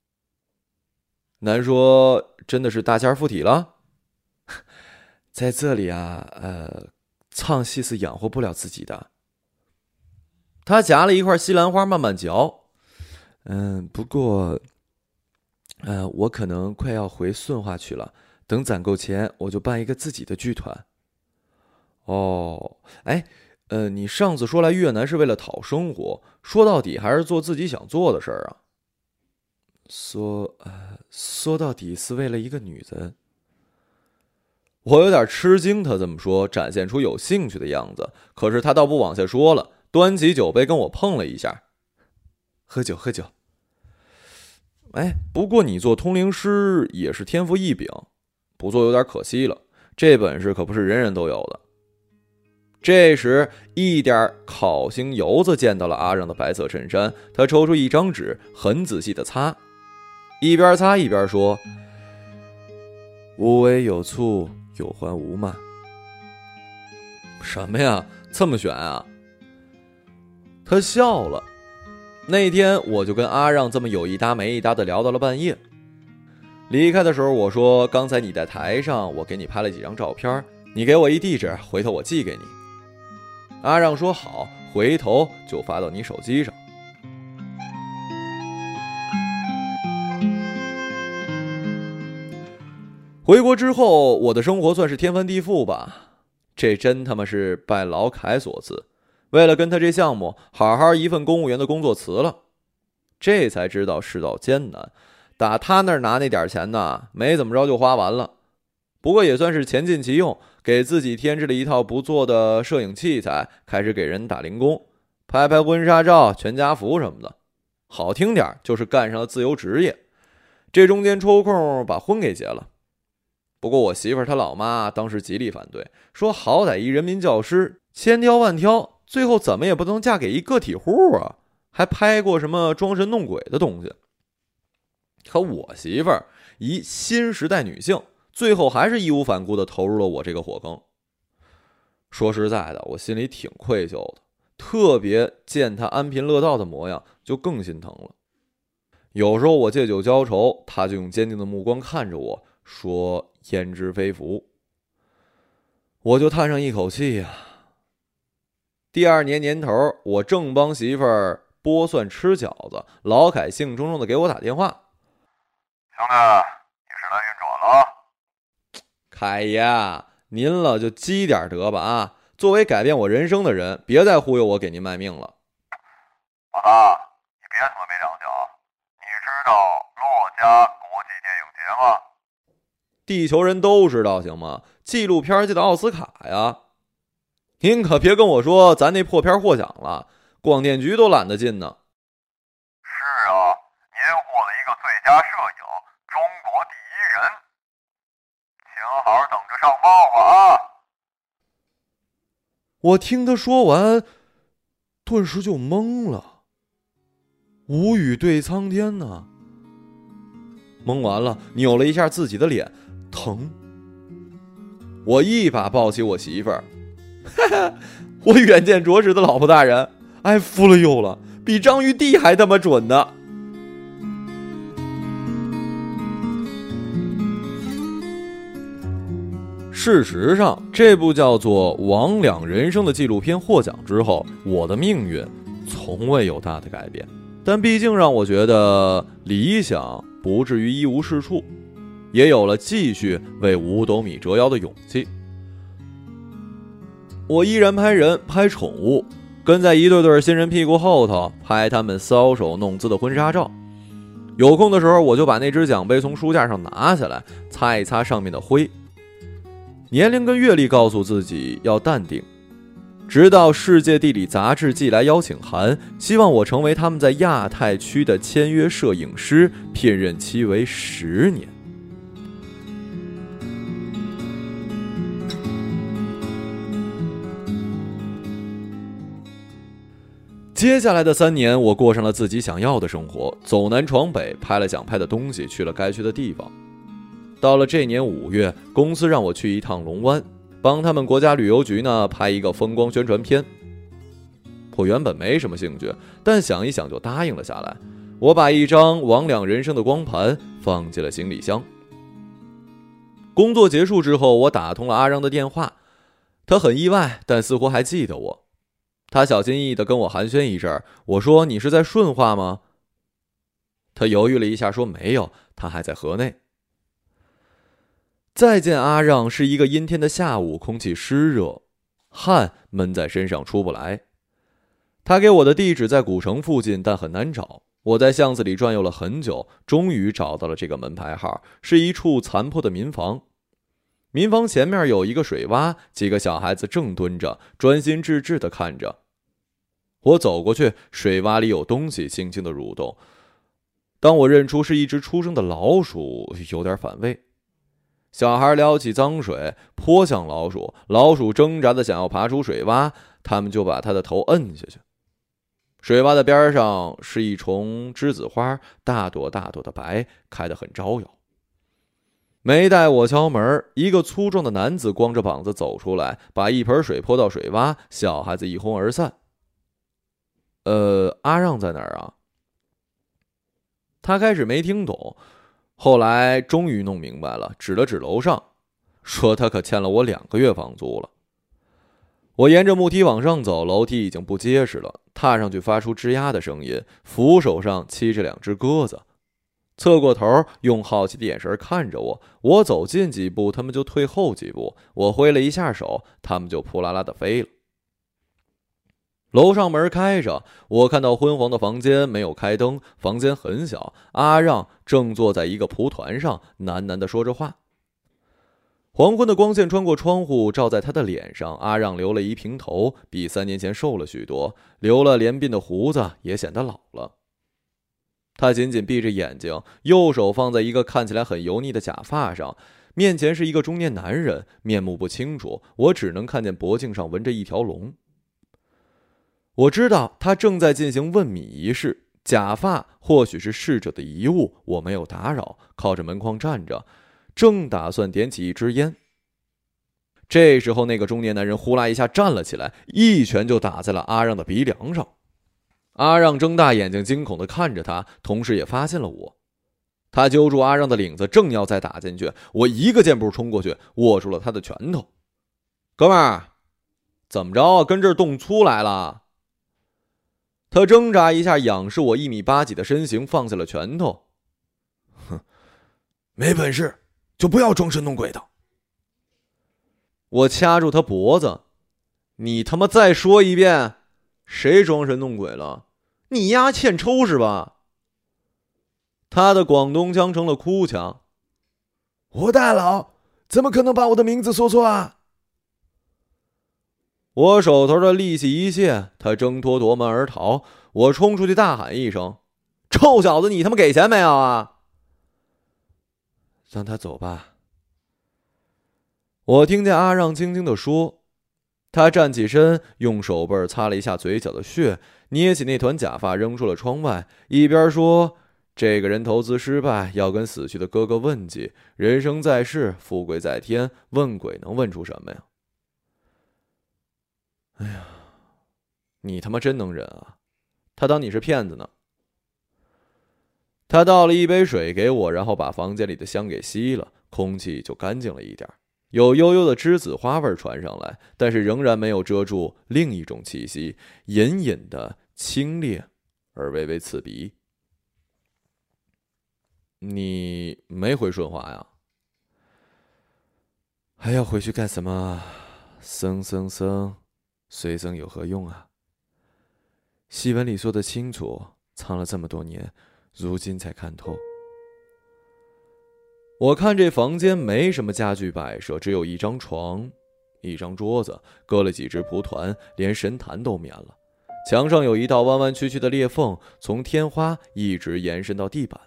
难说真的是大仙附体了？在这里啊，呃，唱戏是养活不了自己的。他夹了一块西兰花慢慢嚼。嗯，不过，呃，我可能快要回顺化去了，等攒够钱，我就办一个自己的剧团。哦，哎，呃，你上次说来越南是为了讨生活，说到底还是做自己想做的事儿啊？说，呃，说到底是为了一个女人。我有点吃惊，他这么说，展现出有兴趣的样子。可是他倒不往下说了，端起酒杯跟我碰了一下，喝酒喝酒。哎，不过你做通灵师也是天赋异禀，不做有点可惜了，这本事可不是人人都有的。这时一点烤星油子溅到了阿让的白色衬衫，他抽出一张纸，很仔细地擦，一边擦一边说：无为有处有还无嘛。什么呀，这么悬啊？他笑了。那天我就跟阿让这么有一搭没一搭的聊到了半夜。离开的时候我说，刚才你在台上，我给你拍了几张照片，你给我一地址，回头我寄给你。阿让说好，回头就发到你手机上。回国之后，我的生活算是天翻地覆吧，这真他妈是拜老凯所赐。为了跟他这项目，好好一份公务员的工作辞了，这才知道世道艰难。打他那儿拿那点钱呢，没怎么着就花完了。不过也算是钱尽其用，给自己添置了一套不错的摄影器材，开始给人打零工，拍拍婚纱照、全家福什么的。好听点就是干上了自由职业。这中间抽空把婚给结了。不过我媳妇儿她老妈当时极力反对，说好歹一人民教师，千挑万挑，最后怎么也不能嫁给一个体户啊，还拍过什么装神弄鬼的东西。可我媳妇儿一新时代女性，最后还是义无反顾地投入了我这个火坑。说实在的，我心里挺愧疚的，特别见她安贫乐道的模样，就更心疼了。有时候我借酒浇愁，她就用坚定的目光看着我，说焉知非福。我就叹上一口气呀、啊。第二年年头，我正帮媳妇儿剥蒜吃饺子，老凯兴冲冲地给我打电话： 兄弟，你是来运转了？ 凯爷，您了就积点德吧啊！作为改变我人生的人，别再忽悠我给您卖命了。 老大，你别他妈没良心啊！你知道洛迦国际电影节吗？ 地球人都知道行吗？纪录片界的奥斯卡呀！您可别跟我说咱那破片获奖了，广电局都懒得进呢。 是啊，您获了一个最佳摄影，中国第一人，请好好等着上报吧啊！ 我听他说完， 顿时就懵了，无语对苍天呢。懵完了，扭了一下自己的脸，疼。我一把抱起我媳妇儿，哈哈，我远见卓识的老婆大人，哎，服了又了，比张玉帝还他妈准呢。事实上，这部叫做《魍魉人生》的纪录片获奖之后，我的命运从未有大的改变，但毕竟让我觉得理想不至于一无是处，也有了继续为五斗米折腰的勇气。我依然拍人拍宠物，跟在一对对新人屁股后头拍他们搔首弄姿的婚纱照。有空的时候，我就把那只奖杯从书架上拿下来，擦一擦上面的灰。年龄跟阅历告诉自己要淡定，直到世界地理杂志寄来邀请函，希望我成为他们在亚太区的签约摄影师，聘任期为十年。接下来的三年，我过上了自己想要的生活，走南闯北，拍了想拍的东西，去了该去的地方。到了这年五月，公司让我去一趟龙湾，帮他们国家旅游局呢拍一个风光宣传片。我原本没什么兴趣，但想一想就答应了下来。我把一张魍魉人生的光盘放进了行李箱。工作结束之后，我打通了阿让的电话，他很意外，但似乎还记得我。他小心翼翼地跟我寒暄一阵，我说：“你是在顺化吗？”他犹豫了一下说：“没有，他还在河内。”再见阿让是一个阴天的下午，空气湿热，汗闷在身上出不来。他给我的地址在古城附近，但很难找。我在巷子里转悠了很久，终于找到了这个门牌号，是一处残破的民房。民房前面有一个水洼，几个小孩子正蹲着，专心致志地看着。我走过去，水洼里有东西轻轻地蠕动。当我认出是一只出生的老鼠，有点反胃。小孩撩起脏水泼向老鼠，老鼠挣扎的想要爬出水洼，他们就把他的头摁下去。水洼的边上是一丛栀子花，大朵大朵的白，开得很招摇。没待我敲门，一个粗壮的男子光着膀子走出来，把一盆水泼到水洼，小孩子一哄而散。呃，阿让在哪儿啊？他开始没听懂，后来终于弄明白了，指了指楼上，说他可欠了我两个月房租了。我沿着木梯往上走，楼梯已经不结实了，踏上去发出吱呀的声音，扶手上栖着两只鸽子。侧过头，用好奇的眼神看着我，我走近几步，他们就退后几步，我挥了一下手，他们就扑啦啦的飞了。楼上门开着，我看到昏黄的房间没有开灯，房间很小，阿让正坐在一个蒲团上，喃喃地说着话。黄昏的光线穿过窗户照在他的脸上，阿让留了一平头，比三年前瘦了许多，留了连鬓的胡子也显得老了。他紧紧闭着眼睛，右手放在一个看起来很油腻的假发上，面前是一个中年男人，面目不清楚，我只能看见脖颈上纹着一条龙。我知道他正在进行问米仪式，假发或许是逝者的遗物，我没有打扰，靠着门框站着，正打算点起一支烟。这时候那个中年男人呼啦一下站了起来，一拳就打在了阿让的鼻梁上。阿让睁大眼睛惊恐地看着他，同时也发现了我。他揪住阿让的领子，正要再打进去，我一个箭步冲过去，握住了他的拳头。哥们儿，怎么着，跟这儿动粗来了？他挣扎一下，仰视我一米八几的身形，放下了拳头。 哼，没本事就不要装神弄鬼的。 我掐住他脖子，你他妈再说一遍，谁装神弄鬼了？你丫欠抽是吧？他的广东腔成了哭腔。 我大佬怎么可能把我的名字说错啊？ 我手头的力气一泄，他挣脱夺门而逃。我冲出去大喊一声：臭小子，你他妈给钱没有啊？让他走吧。我听见阿让轻轻地说， 他站起身，用手背擦了一下嘴角的血，捏起那团假发扔出了窗外，一边说：这个人投资失败，要跟死去的哥哥问计，人生在世，富贵在天，问鬼能问出什么呀？哎呀，你他妈真能忍啊！他当你是骗子呢。他倒了一杯水给我，然后把房间里的香给吸了，空气就干净了一点，有悠悠的栀子花味传上来，但是仍然没有遮住另一种气息，隐隐的清冽而微微刺鼻。你没回顺华呀？还要回去干什么？生生生，随生有何用啊？戏文里说得清楚，藏了这么多年，如今才看透。我看这房间没什么家具摆设，只有一张床，一张桌子，搁了几只蒲团，连神坛都免了。墙上有一道弯弯曲曲的裂缝，从天花一直延伸到地板。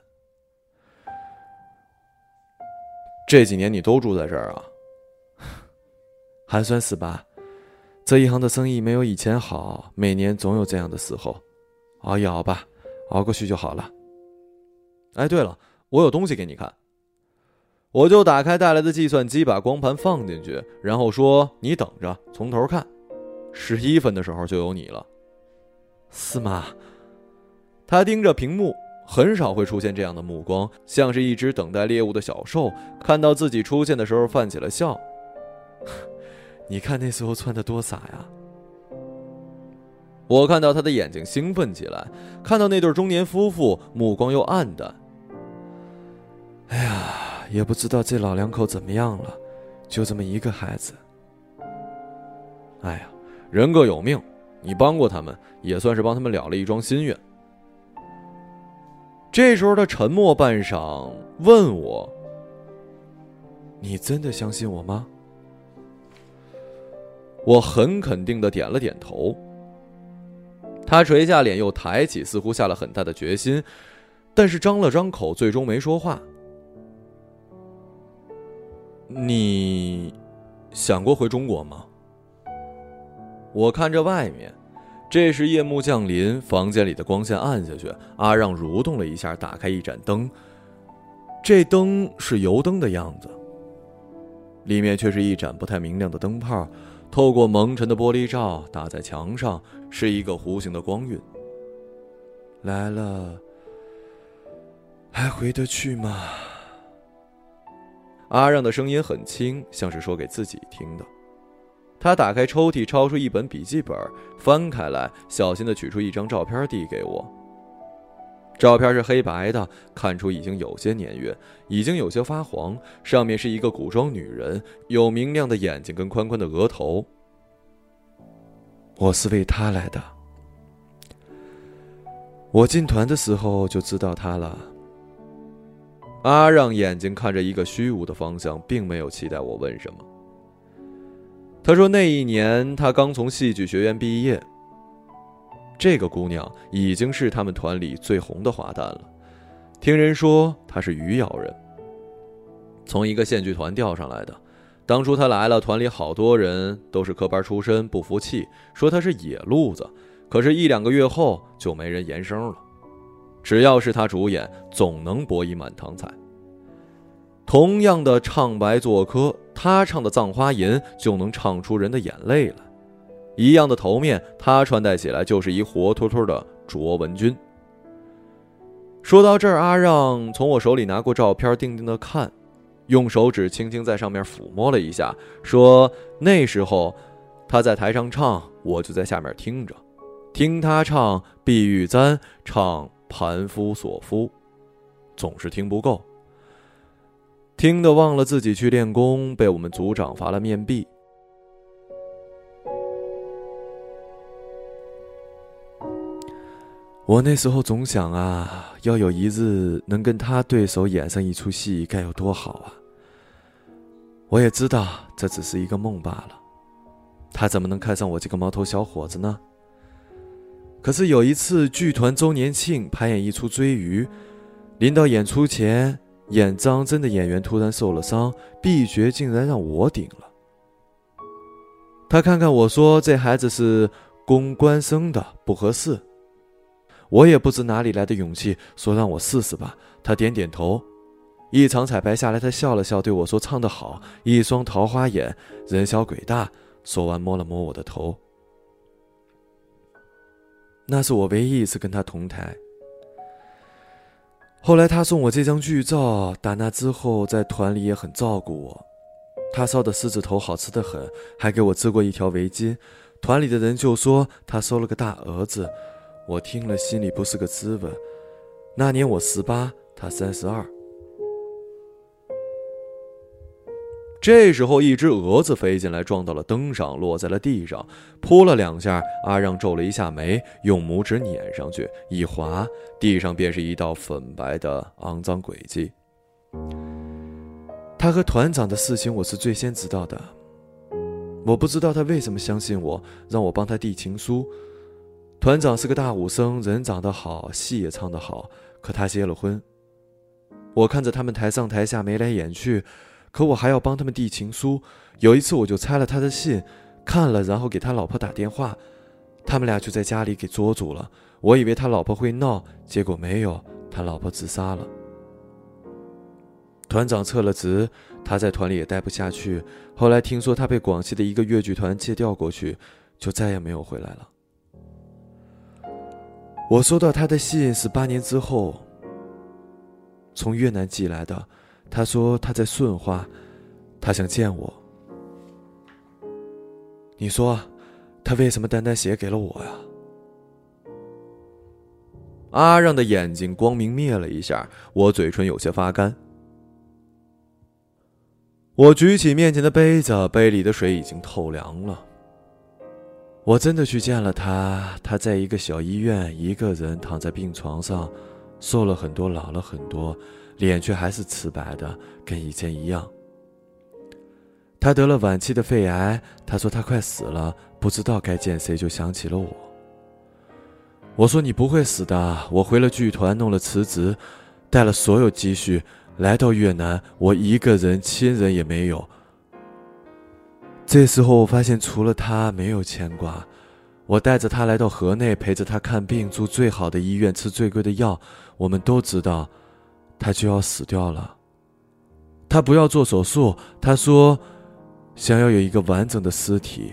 这几年你都住在这儿啊？还算是吧，这一行的生意没有以前好，每年总有这样的时候，熬一熬吧，熬过去就好了。哎，对了，我有东西给你看。我就打开带来的计算机，把光盘放进去，然后说：你等着，从头看。十一分的时候就有你了。是吗？他盯着屏幕，很少会出现这样的目光，像是一只等待猎物的小兽，看到自己出现的时候泛起了笑。你看那时候穿得多傻呀！我看到他的眼睛兴奋起来，看到那对中年夫妇目光又暗淡。哎呀，也不知道这老两口怎么样了，就这么一个孩子。哎呀，人各有命，你帮过他们，也算是帮他们了了一桩心愿。这时候他沉默半晌，问我：你真的相信我吗？我很肯定地点了点头。他垂下脸又抬起，似乎下了很大的决心，但是张了张口，最终没说话。你想过回中国吗？我看着外面，这时夜幕降临，房间里的光线暗下去，阿让蠕动了一下，打开一盏灯。这灯是油灯的样子，里面却是一盏不太明亮的灯泡，透过蒙尘的玻璃罩打在墙上，是一个弧形的光晕。来了，还回得去吗？阿让的声音很轻，像是说给自己听的。他打开抽屉，抄出一本笔记本，翻开来，小心地取出一张照片递给我。照片是黑白的，看出已经有些年月，已经有些发黄，上面是一个古装女人，有明亮的眼睛跟宽宽的额头。我是为她来的，我进团的时候就知道她了。阿让眼睛看着一个虚无的方向，并没有期待我问什么。他说那一年他刚从戏剧学院毕业，这个姑娘已经是他们团里最红的花旦了。听人说她是余姚人，从一个县剧团调上来的。当初她来了，团里好多人都是科班出身，不服气，说她是野路子。可是一两个月后就没人言声了。只要是她主演，总能博一满堂彩。同样的唱白做科，她唱的《葬花吟》就能唱出人的眼泪来。一样的头面，她穿戴起来就是一活脱脱的卓文君。说到这儿，阿让从我手里拿过照片，定定的看，用手指轻轻在上面抚摸了一下，说那时候她在台上唱，我就在下面听着，听她唱碧玉簪，唱盘夫索夫，总是听不够，听得忘了自己去练功，被我们组长罚了面壁。我那时候总想啊，要有一日能跟他对手演上一出戏，该有多好啊！我也知道这只是一个梦罢了，他怎么能看上我这个毛头小伙子呢？可是有一次剧团周年庆排演一出追鱼，临到演出前，演张真的演员突然受了伤，B角竟然让我顶了。 他看看我说这孩子是公关生的，不合适。我也不知哪里来的勇气，说让我试试吧。他点点头。一场彩排下来，他笑了笑，对我说唱得好，一双桃花眼，人小鬼大。说完摸了摸我的头。那是我唯一一次跟他同台。后来他送我这张剧照，打那之后在团里也很照顾我。他烧的狮子头好吃得很，还给我织过一条围巾。团里的人就说他收了个大儿子，我听了心里不是个滋味。那年我十八，他三十二。这时候一只蛾子飞进来，撞到了灯上，落在了地上，扑了两下。阿让皱了一下眉，用拇指捻上去，一划，地上便是一道粉白的肮脏轨迹。他和团长的事情我是最先知道的，我不知道他为什么相信我，让我帮他递情书。团长是个大武生，人长得好，戏也唱得好，可他结了婚。我看着他们台上台下眉来眼去，可我还要帮他们递情书。有一次我就拆了他的信，看了然后给他老婆打电话，他们俩就在家里给捉住了。我以为他老婆会闹，结果没有，他老婆自杀了。团长撤了职，他在团里也待不下去，后来听说他被广西的一个越剧团借调过去，就再也没有回来了。我收到他的信是八年之后从越南寄来的，他说他在顺化，他想见我。你说他为什么单单写给了我呀？阿让的眼睛光明灭了一下，我嘴唇有些发干。我举起面前的杯子，杯里的水已经透凉了。我真的去见了他，他在一个小医院，一个人躺在病床上，瘦了很多，老了很多，脸却还是瓷白的，跟以前一样。他得了晚期的肺癌，他说他快死了，不知道该见谁，就想起了我。我说你不会死的，我回了剧团，弄了辞职，带了所有积蓄来到越南，我一个人亲人也没有。这时候我发现除了他没有牵挂。我带着他来到河内，陪着他看病，住最好的医院，吃最贵的药。我们都知道他就要死掉了。他不要做手术，他说想要有一个完整的尸体。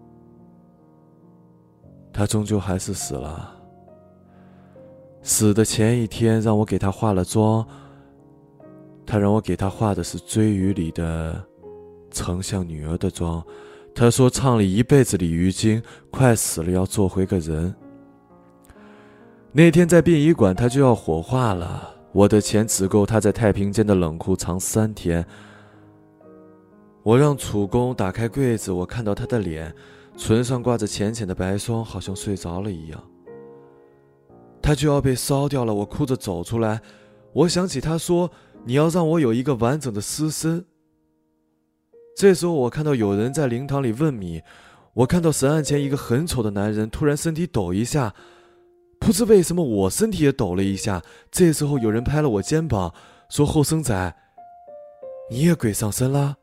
他终究还是死了。死的前一天让我给他化了妆，他让我给他化的是追鱼里的丞相女儿的妆。他说唱了一辈子鲤鱼精，快死了要做回个人。那天在殡仪馆他就要火化了，我的钱只够他在太平间的冷库藏三天。我让楚工打开柜子，我看到他的脸，唇上挂着浅浅的白霜，好像睡着了一样。他就要被烧掉了，我哭着走出来。我想起他说你要让我有一个完整的尸身。这时候我看到有人在灵堂里问米，我看到神案前一个很丑的男人突然身体抖一下，不知为什么我身体也抖了一下。这时候有人拍了我肩膀，说后生仔，你也鬼上身啦。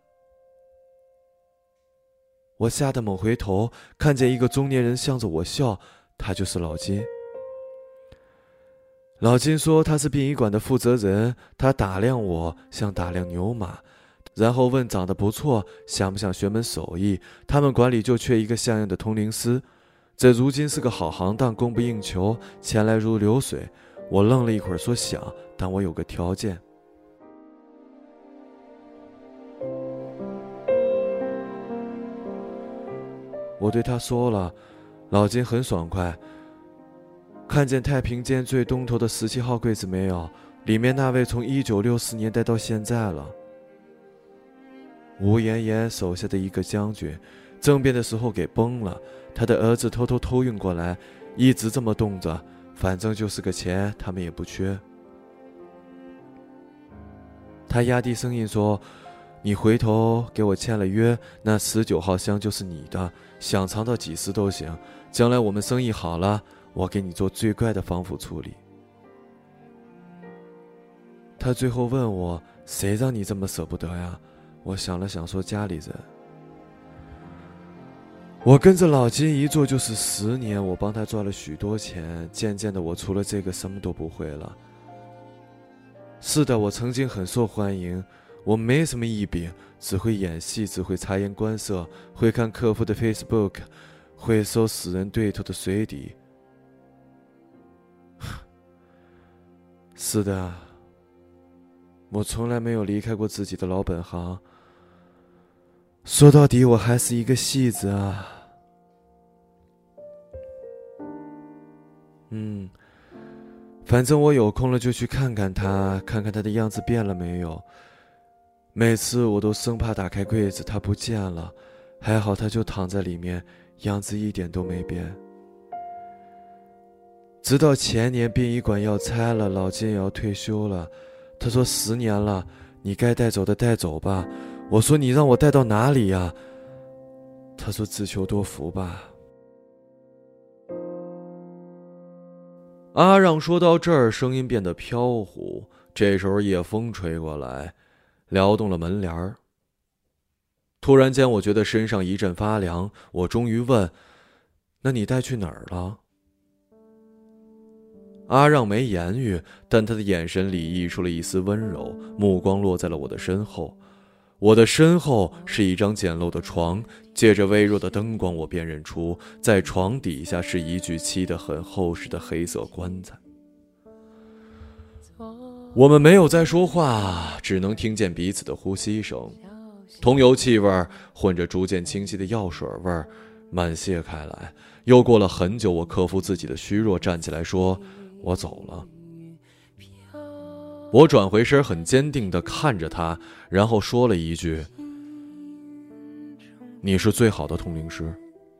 我吓得猛回头，看见一个中年人向着我笑，他就是老金。老金说他是殡仪馆的负责人，他打量我像打量牛马，然后问长得不错想不想学门手艺，他们馆里就缺一个像样的通灵师。这如今是个好行当，供不应求，钱来如流水。我愣了一会儿说想，但我有个条件。我对他说了，老金很爽快。看见太平间最东头的十七号柜子没有？里面那位从一九六四年待到现在了。吴妍妍手下的一个将军，政变的时候给崩了，他的儿子偷偷偷运过来，一直这么冻着，反正就是个钱，他们也不缺。他压低声音说，你回头给我签了约，那十九号箱就是你的，想藏到几时都行，将来我们生意好了，我给你做最怪的防腐处理。他最后问我，谁让你这么舍不得呀？我想了想说，家里人。 我跟着老金一做就是十年，我帮他赚了许多钱，渐渐的我除了这个什么都不会了。是的，我曾经很受欢迎，我没什么异禀，只会演戏，只会察言观色，会看客户的 Facebook， 会收死人对头的水底。是的，我从来没有离开过自己的老本行。说到底，我还是一个戏子啊。嗯，反正我有空了就去看看他，看看他的样子变了没有。每次我都生怕打开柜子他不见了，还好他就躺在里面，样子一点都没变。直到前年殡仪馆要拆了，老金也要退休了，他说十年了，你该带走的带走吧。我说你让我带到哪里呀？他说自求多福吧。 阿让说到这儿，声音变得飘忽。这时候夜风吹过来，撩动了门帘儿。突然间我觉得身上一阵发凉，我终于问，那你带去哪儿了？阿让没言语，但他的眼神里溢出了一丝温柔，目光落在了我的身后。我的身后是一张简陋的床，借着微弱的灯光，我辨认出在床底下是一具漆得很厚实的黑色棺材。我们没有再说话，只能听见彼此的呼吸声，桐油气味混着逐渐清晰的药水味满泻开来。又过了很久，我克服自己的虚弱，站起来说，我走了。我转回身，很坚定地看着他，然后说了一句，你是最好的通灵师。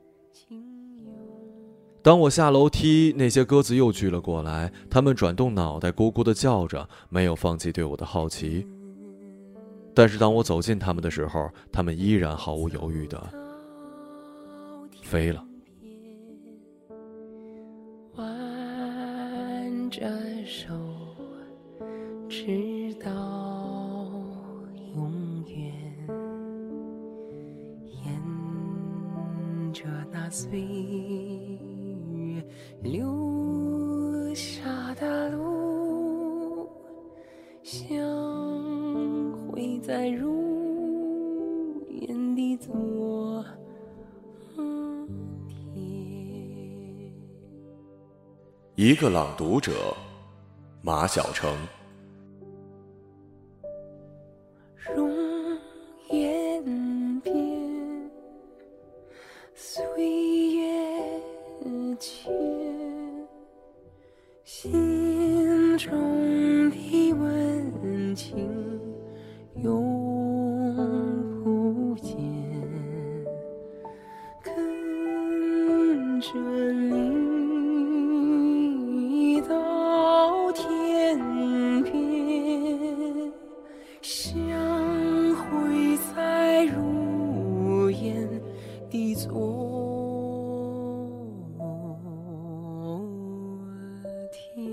当我下楼梯，那些鸽子又聚了过来，它们转动脑袋，咕咕地叫着，没有放弃对我的好奇。但是当我走近它们的时候，它们依然毫无犹豫地飞了。 挽着手，直到永远，沿着那岁月留下的路，相会在如烟的昨天。 一个朗读者，马晓成。 容颜变，岁月迁，心中的温情永不见，跟着你到天边，相会在如烟的昨天。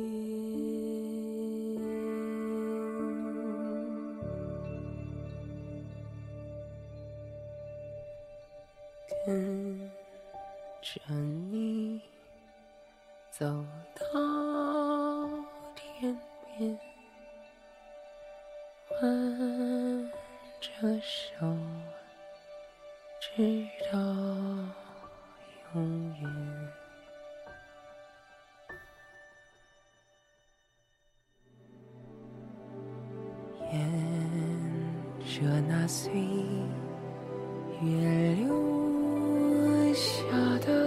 跟着你走到天边，挽着手，直到永远。沿着那岁月留下的